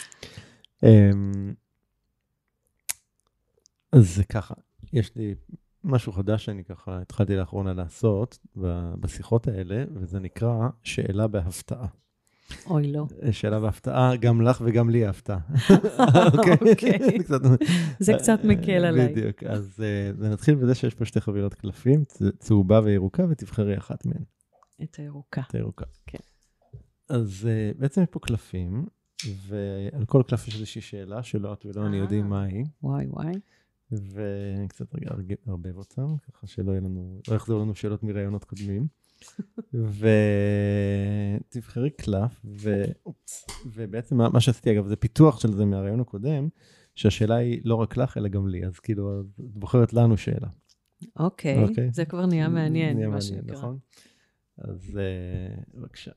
אז זה ככה, יש לי משהו חדש שאני ככה התחלתי לאחרונה לעשות בשיחות האלה, וזה נקרא שאלה בהפתעה. אוי, לא. שאלה בהפתעה, גם לך וגם לי ההפתעה. אוקיי. זה קצת מקל עליי. בדיוק. אז נתחיל בזה שיש פה שתי חבילות קלפים, צהובה וירוקה, ותבחרי אחת מהן. את הירוקה. את הירוקה. כן. אז בעצם יש פה קלפים, ועל כל קלף יש איזושהי שאלה, שלא את ולא אני יודעים מה היא. וואי, וואי. ואני קצת רגע ארבב אותם, ככה שלא יהיה לנו, לא יחזור לנו שאלות מרעיונות קודמים. ותבחרי קלף, ובעצם מה שעשיתי אגב, זה פיתוח של זה מהרעיון הקודם, שהשאלה היא לא רק לך, אלא גם לי, אז כאילו, את בוחרת לנו שאלה. אוקיי, זה כבר נהיה מעניין. נהיה מעניין, נכון? אז בבקשה.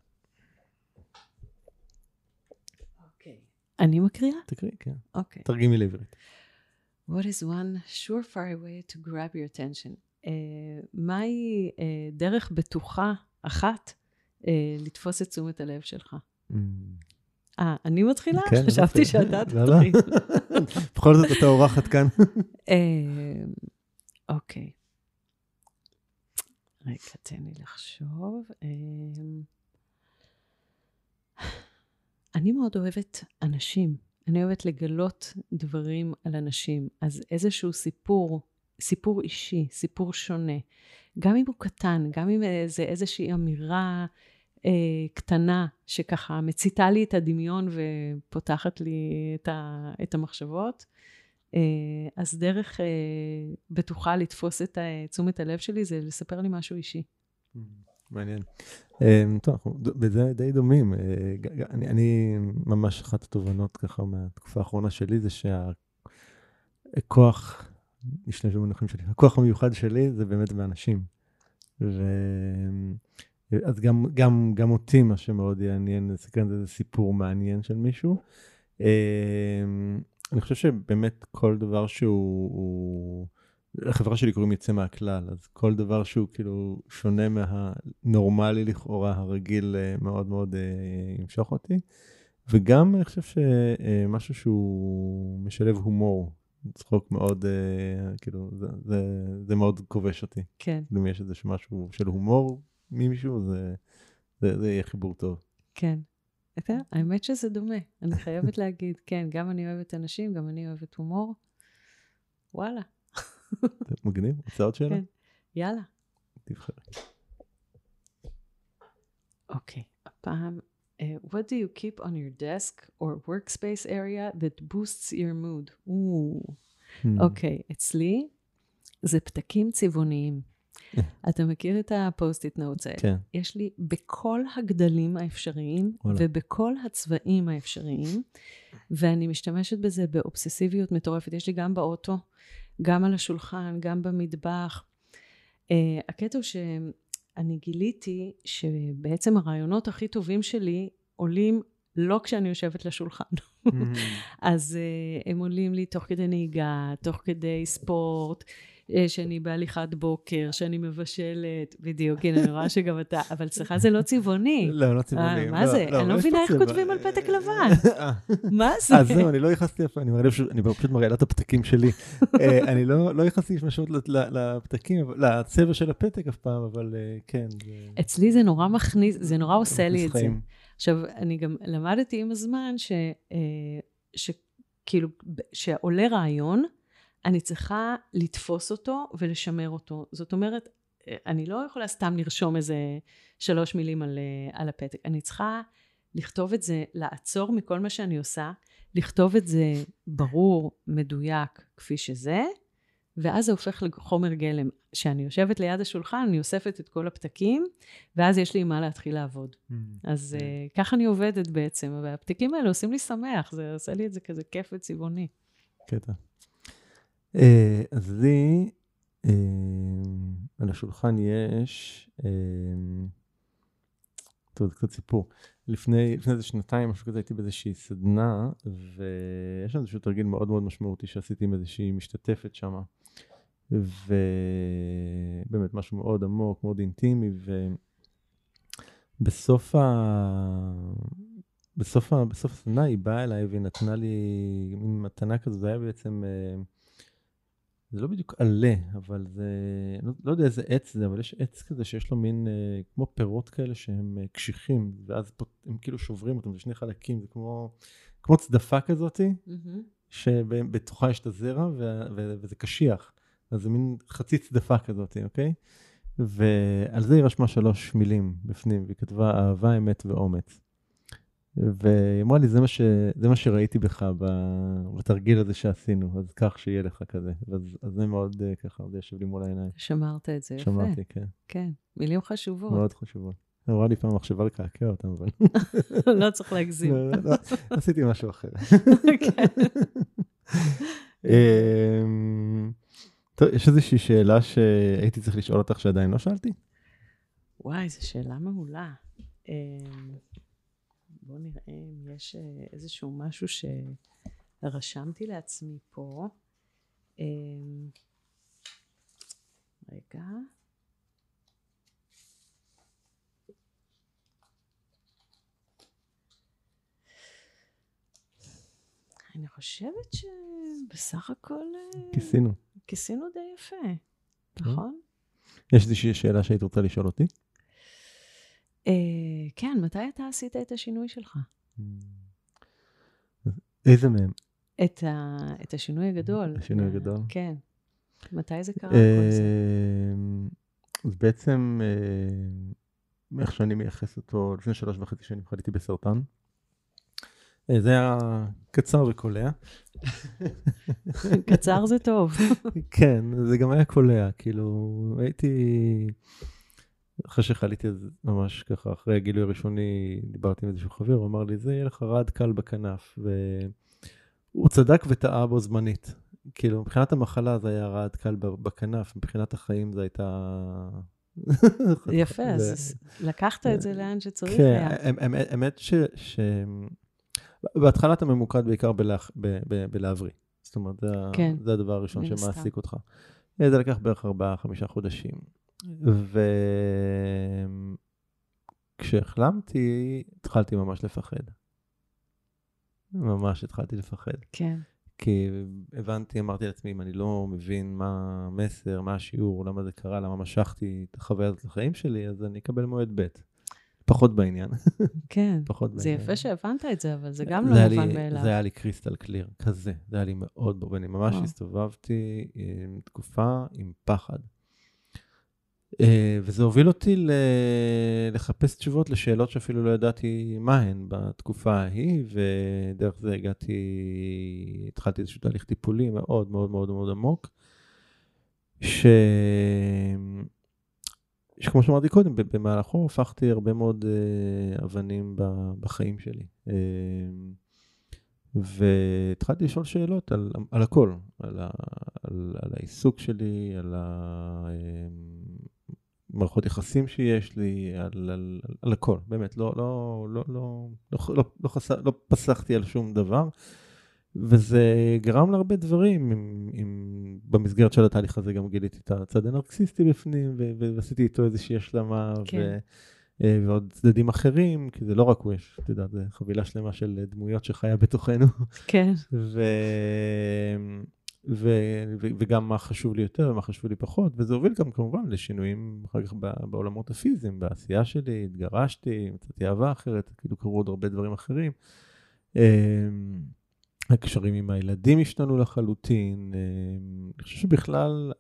אוקיי. אני מקריאה? תקריאי, כן. אוקיי. תרגמי לעברית. What is one surefire way to grab your attention? Uh, מהי uh, דרך בטוחה אחת uh, לתפוס את תשומת הלב שלך? אה, mm. אני מתחילה? כן, חשבתי שאתה תתחיל. בכל זאת אתה אורחת כאן. אוקיי. רגע, תן לי לחשוב. אני מאוד אוהבת אנשים. אני אוהבת לגלות דברים על אנשים. אז איזשהו סיפור, סיפור אישי, סיפור שונה. גם אם הוא קטן, גם אם זה איזושהי אמירה אה, קטנה, שככה מציתה לי את הדמיון ופותחת לי את, ה, את המחשבות. אה, אז דרך אה, בטוחה לתפוס את תשומת הלב שלי, זה לספר לי משהו אישי. מעניין. טוב, בזה די דומים. אני, אני ממש אחת התובנות ככה מהתקופה האחרונה שלי, זה שהכוח, נשתמש במונחים שלי, הכוח המיוחד שלי זה באמת באנשים. ו... אז גם, גם, גם אותי, מה שמאוד יעניין, זה סיפור מעניין של מישהו. אני חושב שבאמת כל דבר שהוא, הוא... החברה שלי קוראים יצא מהכלל, אז כל דבר שהוא כאילו שונה מהנורמלי לכאורה, הרגיל מאוד מאוד ימשוך אותי. וגם אני חושב שמשהו שהוא משלב הומור, צחוק מאוד, כאילו, זה, זה, זה מאוד כובש אותי. כן. אם יש איזה משהו של הומור ממישהו, זה, זה, זה יהיה חיבור טוב. כן. אתה, האמת שזה דומה. אני חייבת להגיד, כן, גם אני אוהבת אנשים, גם אני אוהבת הומור. וואלה. מגניב, רוצה עוד שאלה? כן, יאללה. תבחר. אוקיי, הפעם, uh, what do you keep on your desk or workspace area that boosts your mood? אוקיי, hmm. okay, אצלי זה פתקים צבעוניים. אתה מכיר את הפוסט-איט נוטס האלה? כן. יש לי בכל הגדלים האפשריים, ובכל הצבעים האפשריים, ואני משתמשת בזה באובססיביות מטורפת. יש לי גם באוטו, גם על השולחן, גם במטבח. Uh, הקטע הוא שאני גיליתי שבעצם הרעיונות הכי טובים שלי עולים לא כשאני יושבת לשולחן. אז uh, הם עולים לי תוך כדי נהיגה, תוך כדי ספורט, uh, שאני בהליכת בוקר, שאני מבשלת, בדיוק, הנה, אני רואה שגם אתה, אבל אצלך זה לא צבעוני. לא, לא צבעוני. מה זה? אני לא מבינה איך כותבים על פתק לבן. מה זה? אז זהו, אני לא יכנסתי אף פעם, אני פשוט מראה לה את הפתקים שלי. אני לא יכנסתי משמעות לפתקים, לצבע של הפתק אף פעם, אבל כן. אצלי זה נורא מכניס, זה נורא עושה לי את זה. עכשיו, אני גם למדתי עם הזמן ש, שכאילו, שעולה רעיון, אני צריכה לתפוס אותו ולשמר אותו. זאת אומרת, אני לא יכולה סתם לרשום איזה שלוש מילים על, על הפתק. אני צריכה לכתוב את זה, לעצור מכל מה שאני עושה, לכתוב את זה ברור, מדויק, כפי שזה, ואז זה הופך לחומר גלם. כשאני יושבת ליד השולחן, אני אוספת את כל הפתקים, ואז יש לי מה להתחיל לעבוד. Mm. אז uh, ככה אני עובדת בעצם, והפתקים האלה עושים לי שמח, זה עושה לי את זה כזה כיף וצבעוני. קטע. Uh, אז לי, uh, על השולחן יש, uh, טוב, זה קצת סיפור. לפני, לפני איזה שנתיים, משהו כזה, הייתי באיזושהי סדנה, ויש לנו איזשהו תרגיל מאוד מאוד משמעותי שעשיתי עם איזושהי משתתפת שמה. ובאמת משהו מאוד עמוק, מאוד אינטימי, ובסוף ה... בסוף ה... בסוף הסדנה היא באה אליי והיא נתנה לי מין מתנה כזו, זה היה בעצם, זה לא בדיוק עלה, אבל זה, לא, לא יודע איזה עץ זה, אבל יש עץ כזה שיש לו מין, כמו פירות כאלה שהם קשיחים, ואז הם כאילו שוברים אותם, זה שני חלקים, זה כמו, כמו צדפה כזאת, mm-hmm. שבתוכה יש את הזרע, ו... ו... וזה קשיח. אז זה מין חצי צדפה כזאת, אוקיי? ועל זה היא רשמה שלוש מילים בפנים, והיא כתבה אהבה, אמת ואומץ. והיא אמרה לי, זה מה, ש... זה מה שראיתי בך בתרגיל הזה שעשינו, אז כך שיהיה לך כזה. אז, אז זה מאוד ככה, זה ישב לי מול העיניים. שמרת את זה יפה. שמרתי, כן. כן, מילים חשובות. מאוד חשובות. אמרה לי פעם מחשבה לקעקע אותם, אבל... לא צריך להגזים. לא, לא, עשיתי משהו אחר. כן. טוב, יש איזושהי שאלה שהייתי צריך לשאול אותך שעדיין לא שאלתי? וואי, זו שאלה מעולה. בוא נראה אם יש איזשהו משהו שרשמתי לעצמי פה. רגע. אני חושבת שבסך הכל... כיסינו. כיסינו די יפה, נכון? יש איזושהי שאלה שהיית רוצה לשאול אותי? כן, מתי אתה עשית את השינוי שלך? איזה מהם? את השינוי הגדול. השינוי הגדול? כן. מתי זה קרה כל זה? אז בעצם, איך שאני מייחס אותו, לפני שלוש וחצי שנים חליתי בסרטן. זה היה קצר וקולע. קצר זה טוב. כן, זה גם היה קולע, כאילו, הייתי, אחרי שחליתי אז ממש ככה, אחרי הגילוי הראשוני, דיברתי עם איזשהו חבר, הוא אמר לי, זה יהיה לך רעד קל בכנף, והוא צדק וטעה בו זמנית. כאילו, מבחינת המחלה זה היה רעד קל בכנף, מבחינת החיים זה הייתה... יפה, אז לקחת את זה לאן שצריך היה. כן, האמת ש... בהתחלה אתה ממוקד בעיקר בלהבריא. זאת אומרת, זה הדבר הראשון שמעסיק אותך. זה לקח בערך ארבעה, חמישה חודשים. וכשהחלמתי, התחלתי ממש לפחד. ממש התחלתי לפחד. כן. כי הבנתי, אמרתי לעצמי, אם אני לא מבין מה המסר, מה השיעור, למה זה קרה, למה משכתי את החוויה הזאת לחיים שלי, אז אני אקבל מועד ב'. פחות בעניין. כן, פחות זה בעניין. יפה שהבנת את זה, אבל זה גם לא מובן מאליו. זה היה לי קריסטל קליר, כזה. זה היה לי מאוד ברור, אני ממש הסתובבתי עם תקופה, עם פחד. וזה הוביל אותי לחפש תשובות לשאלות שאפילו לא ידעתי מה הן בתקופה ההיא, ודרך זה הגעתי, התחלתי איזשהו תהליך טיפולי מאוד מאוד מאוד מאוד עמוק, ש... שכמו שאמרתי קודם, במהלכו הפכתי הרבה מאוד uh, אבנים בחיים שלי. Uh, והתחלתי לשאול שאלות על, על הכל, על, ה, על, על העיסוק שלי, על ה, uh, מערכות יחסים שיש לי, על, על, על הכל, באמת, לא, לא, לא, לא, לא, לא, לא, חס... לא פסחתי על שום דבר, וזה גרם להרבה דברים, עם, עם, במסגרת של התהליך הזה גם גיליתי את הצד הנרקסיסטי בפנים, ו, ועשיתי איתו איזושהי השלמה, כן. ו, ועוד צדדים אחרים, כי זה לא רק הוא, יש, אתה יודע, זה חבילה שלמה של דמויות שחיה בתוכנו. כן. ו... ו- ו- וגם מה חשוב לי יותר ומה חשוב לי פחות, וזה הוביל גם כמובן לשינויים אחר כך בעולמות הפיזיים, בעשייה שלי, התגרשתי, מצאתי אהבה אחרת, כאילו קרו עוד הרבה דברים אחרים. הקשרים עם הילדים השתנו לחלוטין, אני חושב שבכלל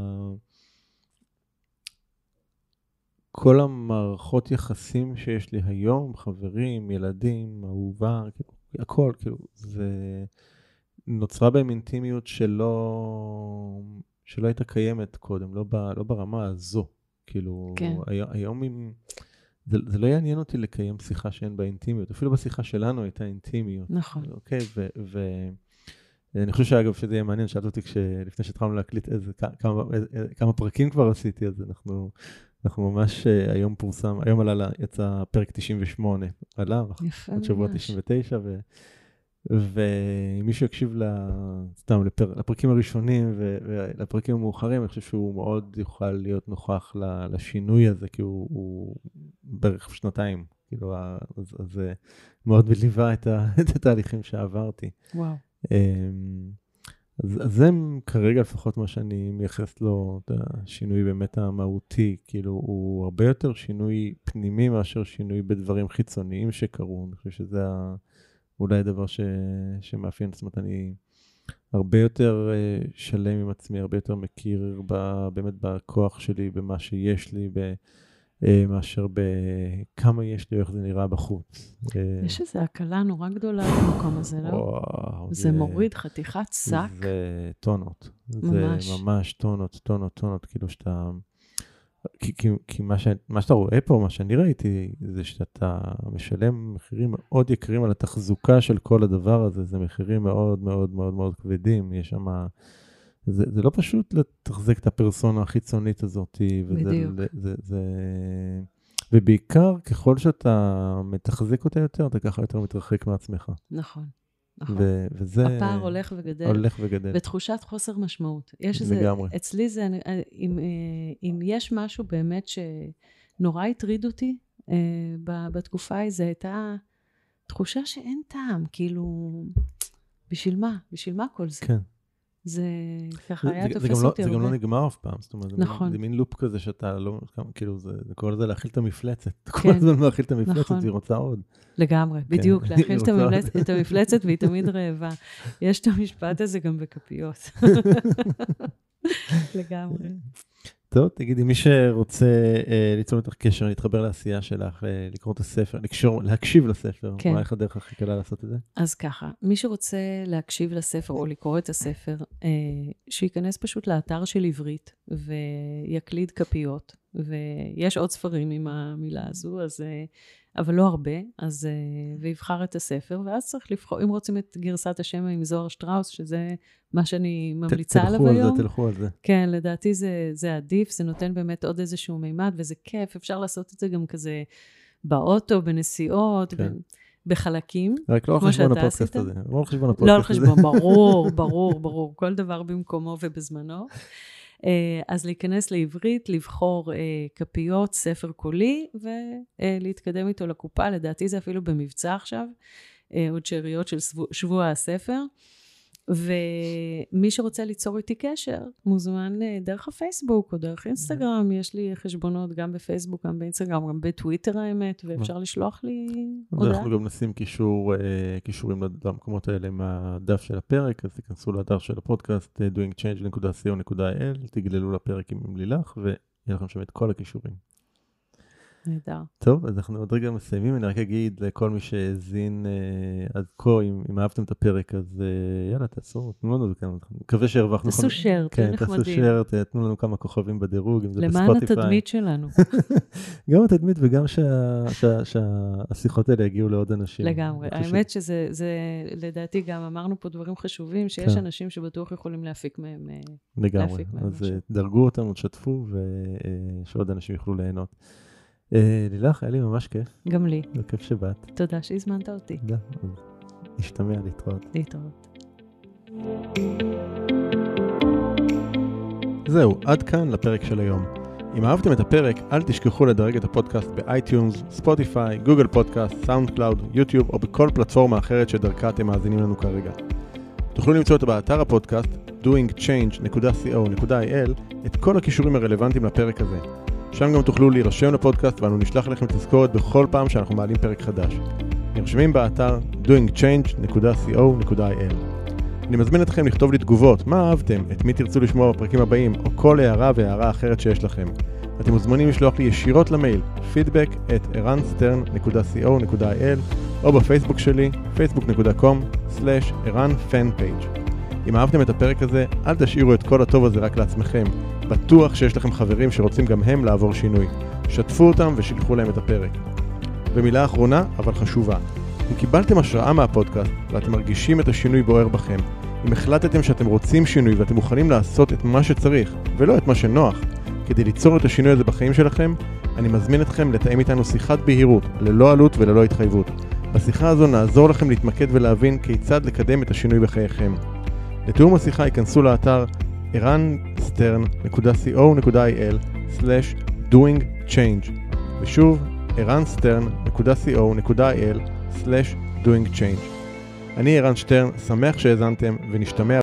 כל המערכות יחסים שיש לי היום, חברים, ילדים, אהובה, כאילו, הכל, כאילו, זה... נוצרה בהם אינטימיות שלא, שלא הייתה קיימת קודם, לא, ב, לא ברמה הזו. כאילו, כן. היום, היום עם, זה, זה לא יעניין אותי לקיים שיחה שאין בה אינטימיות. אפילו בשיחה שלנו הייתה אינטימיות. נכון. אוקיי, ו, ו, אני חושב שאגב שזה יהיה מעניין, שאלת אותי לפני שהתחלנו להקליט איזה, כמה, איזה, כמה פרקים כבר עשיתי, אז אנחנו, אנחנו ממש היום פורסם, היום עלה, יצא פרק תשעים ושמונה, עלה, עוד שבוע תשעים ותשע, ו... ואם מישהו יקשיב סתם לפרקים הראשונים ולפרקים המאוחרים, אני חושב שהוא מאוד יוכל להיות נוכח לשינוי הזה, כי הוא בערך שנתיים, כאילו, אז זה מאוד מליווה את התהליכים שעברתי. וואו. אז זה כרגע לפחות מה שאני מייחס לו, את השינוי באמת המהותי, כאילו הוא הרבה יותר שינוי פנימי מאשר שינוי בדברים חיצוניים שקרו, אני חושב שזה ה... אולי הדבר ש... שמאפיין, זאת אומרת, אני הרבה יותר uh, שלם עם עצמי, הרבה יותר מכיר ב... באמת בכוח שלי, במה שיש לי, ב... uh, מאשר בכמה יש לי, או איך זה נראה בחוץ. יש איזו הקלה נורא גדולה במקום הזה, לא? וואו, זה, זה מוריד חתיכת שק. זה טונות. ממש. זה ממש טונות, טונות, טונות, כאילו שאתה... כי, כי, כי מה, ש, מה שאתה רואה פה, מה שאני ראיתי, זה שאתה משלם מחירים מאוד יקרים על התחזוקה של כל הדבר הזה, זה מחירים מאוד מאוד מאוד מאוד כבדים, יש שם, זה, זה לא פשוט לתחזק את הפרסונה החיצונית הזאת, וזה, בדיוק. זה, זה, זה, ובעיקר ככל שאתה מתחזק אותה יותר, אתה ככה יותר מתרחק מעצמך. נכון. נכון. ו- וזה... הפער הולך וגדל. הולך וגדל. בתחושת חוסר משמעות. יש איזה... לגמרי. אצלי זה, אם, אם יש משהו באמת שנורא הטריד אותי אה, בתקופה ההיא, זה הייתה תחושה שאין טעם, כאילו, בשביל מה? בשביל מה כל זה? כן. זה ככה היה זה, תופס זה גם אותי לא, הרבה. זה גם לא נגמר אף פעם, זאת אומרת, נכון. זה מין לופ כזה שאתה לא, כאילו, זה, זה קורא לזה להכיל את המפלצת. כן. כל הזמן להכיל את המפלצת, נכון. והיא רוצה עוד. לגמרי, כן. בדיוק, להכיל את, המפלצ... עוד. את המפלצת והיא תמיד רעבה. יש את המשפט הזה גם בכפיות. לגמרי. טוב, תגידי, מי שרוצה אה, ליצור איתך קשר, להתחבר לעשייה שלך, אה, לקרוא את הספר, לקשור, להקשיב לספר, כן. מה איך הדרך הכי קלה לעשות את זה? אז ככה, מי שרוצה להקשיב לספר או לקרוא את הספר, אה, שיכנס פשוט לאתר של עברית ויקליד כפיות, ויש עוד ספרים עם המילה הזו, אז, אה, אבל לא הרבה, אז, אה, ויבחר את הספר, ואז צריך לבחור, אם רוצים את גרסת השם עם זוהר שטראוס, שזה מה שאני ממליצה ת, עליו היום. תלכו על זה, תלכו על זה. כן, לדעתי זה, זה עדיף, זה נותן באמת עוד איזשהו מימד, וזה כיף, אפשר לעשות את זה גם כזה באוטו, בנסיעות, כן. בחלקים. רק לא על חשבון הפודקאסט הזה. לא על חשבון הפודקאסט הזה. לא על חשבון, ברור, ברור, ברור. כל דבר במקומו ובזמנו. אז להיכנס לעברית, לבחור כפיות, ספר קולי, ולהתקדם איתו לקופה. לדעתי זה אפילו במבצע עכשיו, עוד שאריות של שבוע הספר. ומי שרוצה ליצור איתי קשר, מוזמן דרך הפייסבוק או דרך אינסטגרם, יש לי חשבונות גם בפייסבוק, גם באינסטגרם, גם בטוויטר האמת, ואפשר לשלוח לי הודעה. אנחנו גם נשים קישור, קישורים למקומות האלה מהדף של הפרק, אז תיכנסו לאתר של הפודקאסט, doing change דוט co דוט il, תגללו לפרק עם לילך, ויהיה לכם שם את כל הקישורים. נהדר. טוב, אז אנחנו עוד רגע מסיימים, אני רק אגיד לכל מי שהזין אה, עד כה, אם, אם אהבתם את הפרק, אז אה, יאללה, תעשו, תנו לנו כאן, מקווה שהרווחנו. תעשו שייר, תהיו נחמדים. כן, תעשו שייר, תנו לנו כמה כוכבים בדירוג, אם זה בספוטיפיי. למען התדמית שלנו. גם התדמית וגם שה, שה, שהשיחות האלה יגיעו לעוד אנשים. לגמרי, האמת שזה, זה, לדעתי גם אמרנו פה דברים חשובים, שיש כן. אנשים שבטוח יכולים להפיק מהם. לגמרי, להפיק מהם אז משהו. דרגו אותם, תשתפו, ושעוד אנשים יוכלו ליהנות. לילך, היה לי ממש כיף. גם לי. וכיף שבאת. תודה שהזמנת אותי. תודה. נשתמע, להתראות. להתראות. זהו, עד כאן לפרק של היום. אם אהבתם את הפרק, אל תשכחו לדרג את הפודקאסט באייטיונס, ספוטיפיי, גוגל פודקאסט, סאונד קלאוד, יוטיוב או בכל פלטפורמה אחרת שדרכה אתם מאזינים לנו כרגע. תוכלו למצוא אותו באתר הפודקאסט doing change dot co dot il את כל הכישורים הרלוונטיים לפרק הזה. שם גם תוכלו להירשם לפודקאסט ואנו נשלח לכם תזכורת בכל פעם שאנחנו מעלים פרק חדש. נרשמים באתר doing change dot co dot il. אני מזמין אתכם לכתוב לי תגובות, מה אהבתם, את מי תרצו לשמוע בפרקים הבאים, או כל הערה והערה אחרת שיש לכם. אתם מוזמנים לשלוח לי ישירות למייל, feedback at ערן סטרן dot co dot il, או בפייסבוק שלי, facebook dot com slash ערן fan page. אם אהבתם את הפרק הזה, אל תשאירו את כל הטוב הזה רק לעצמכם. בטוח שיש לכם חברים שרוצים גם הם לעבור שינוי. שתפו אותם ושילחו להם את הפרק. במילה אחרונה, אבל חשובה. אם קיבלתם השראה מהפודקאסט ואתם מרגישים את השינוי בוער בכם, אם החלטתם שאתם רוצים שינוי ואתם מוכנים לעשות את מה שצריך ולא את מה שנוח, כדי ליצור את השינוי הזה בחיים שלכם, אני מזמין אתכם לתאם איתנו שיחת בהירות, ללא עלות וללא התחייבות. בשיחה הזו נעזור לכם להתמקד ולהבין כיצד לקדם את השינוי בחייכם. לתיאום השיחה ייכנסו לאתר ערן סטרן dot co dot il slash doing change ושוב ערן סטרן dot co dot il slash doing change. אני ערן שטרן, שמח שהאזנתם ונשתמע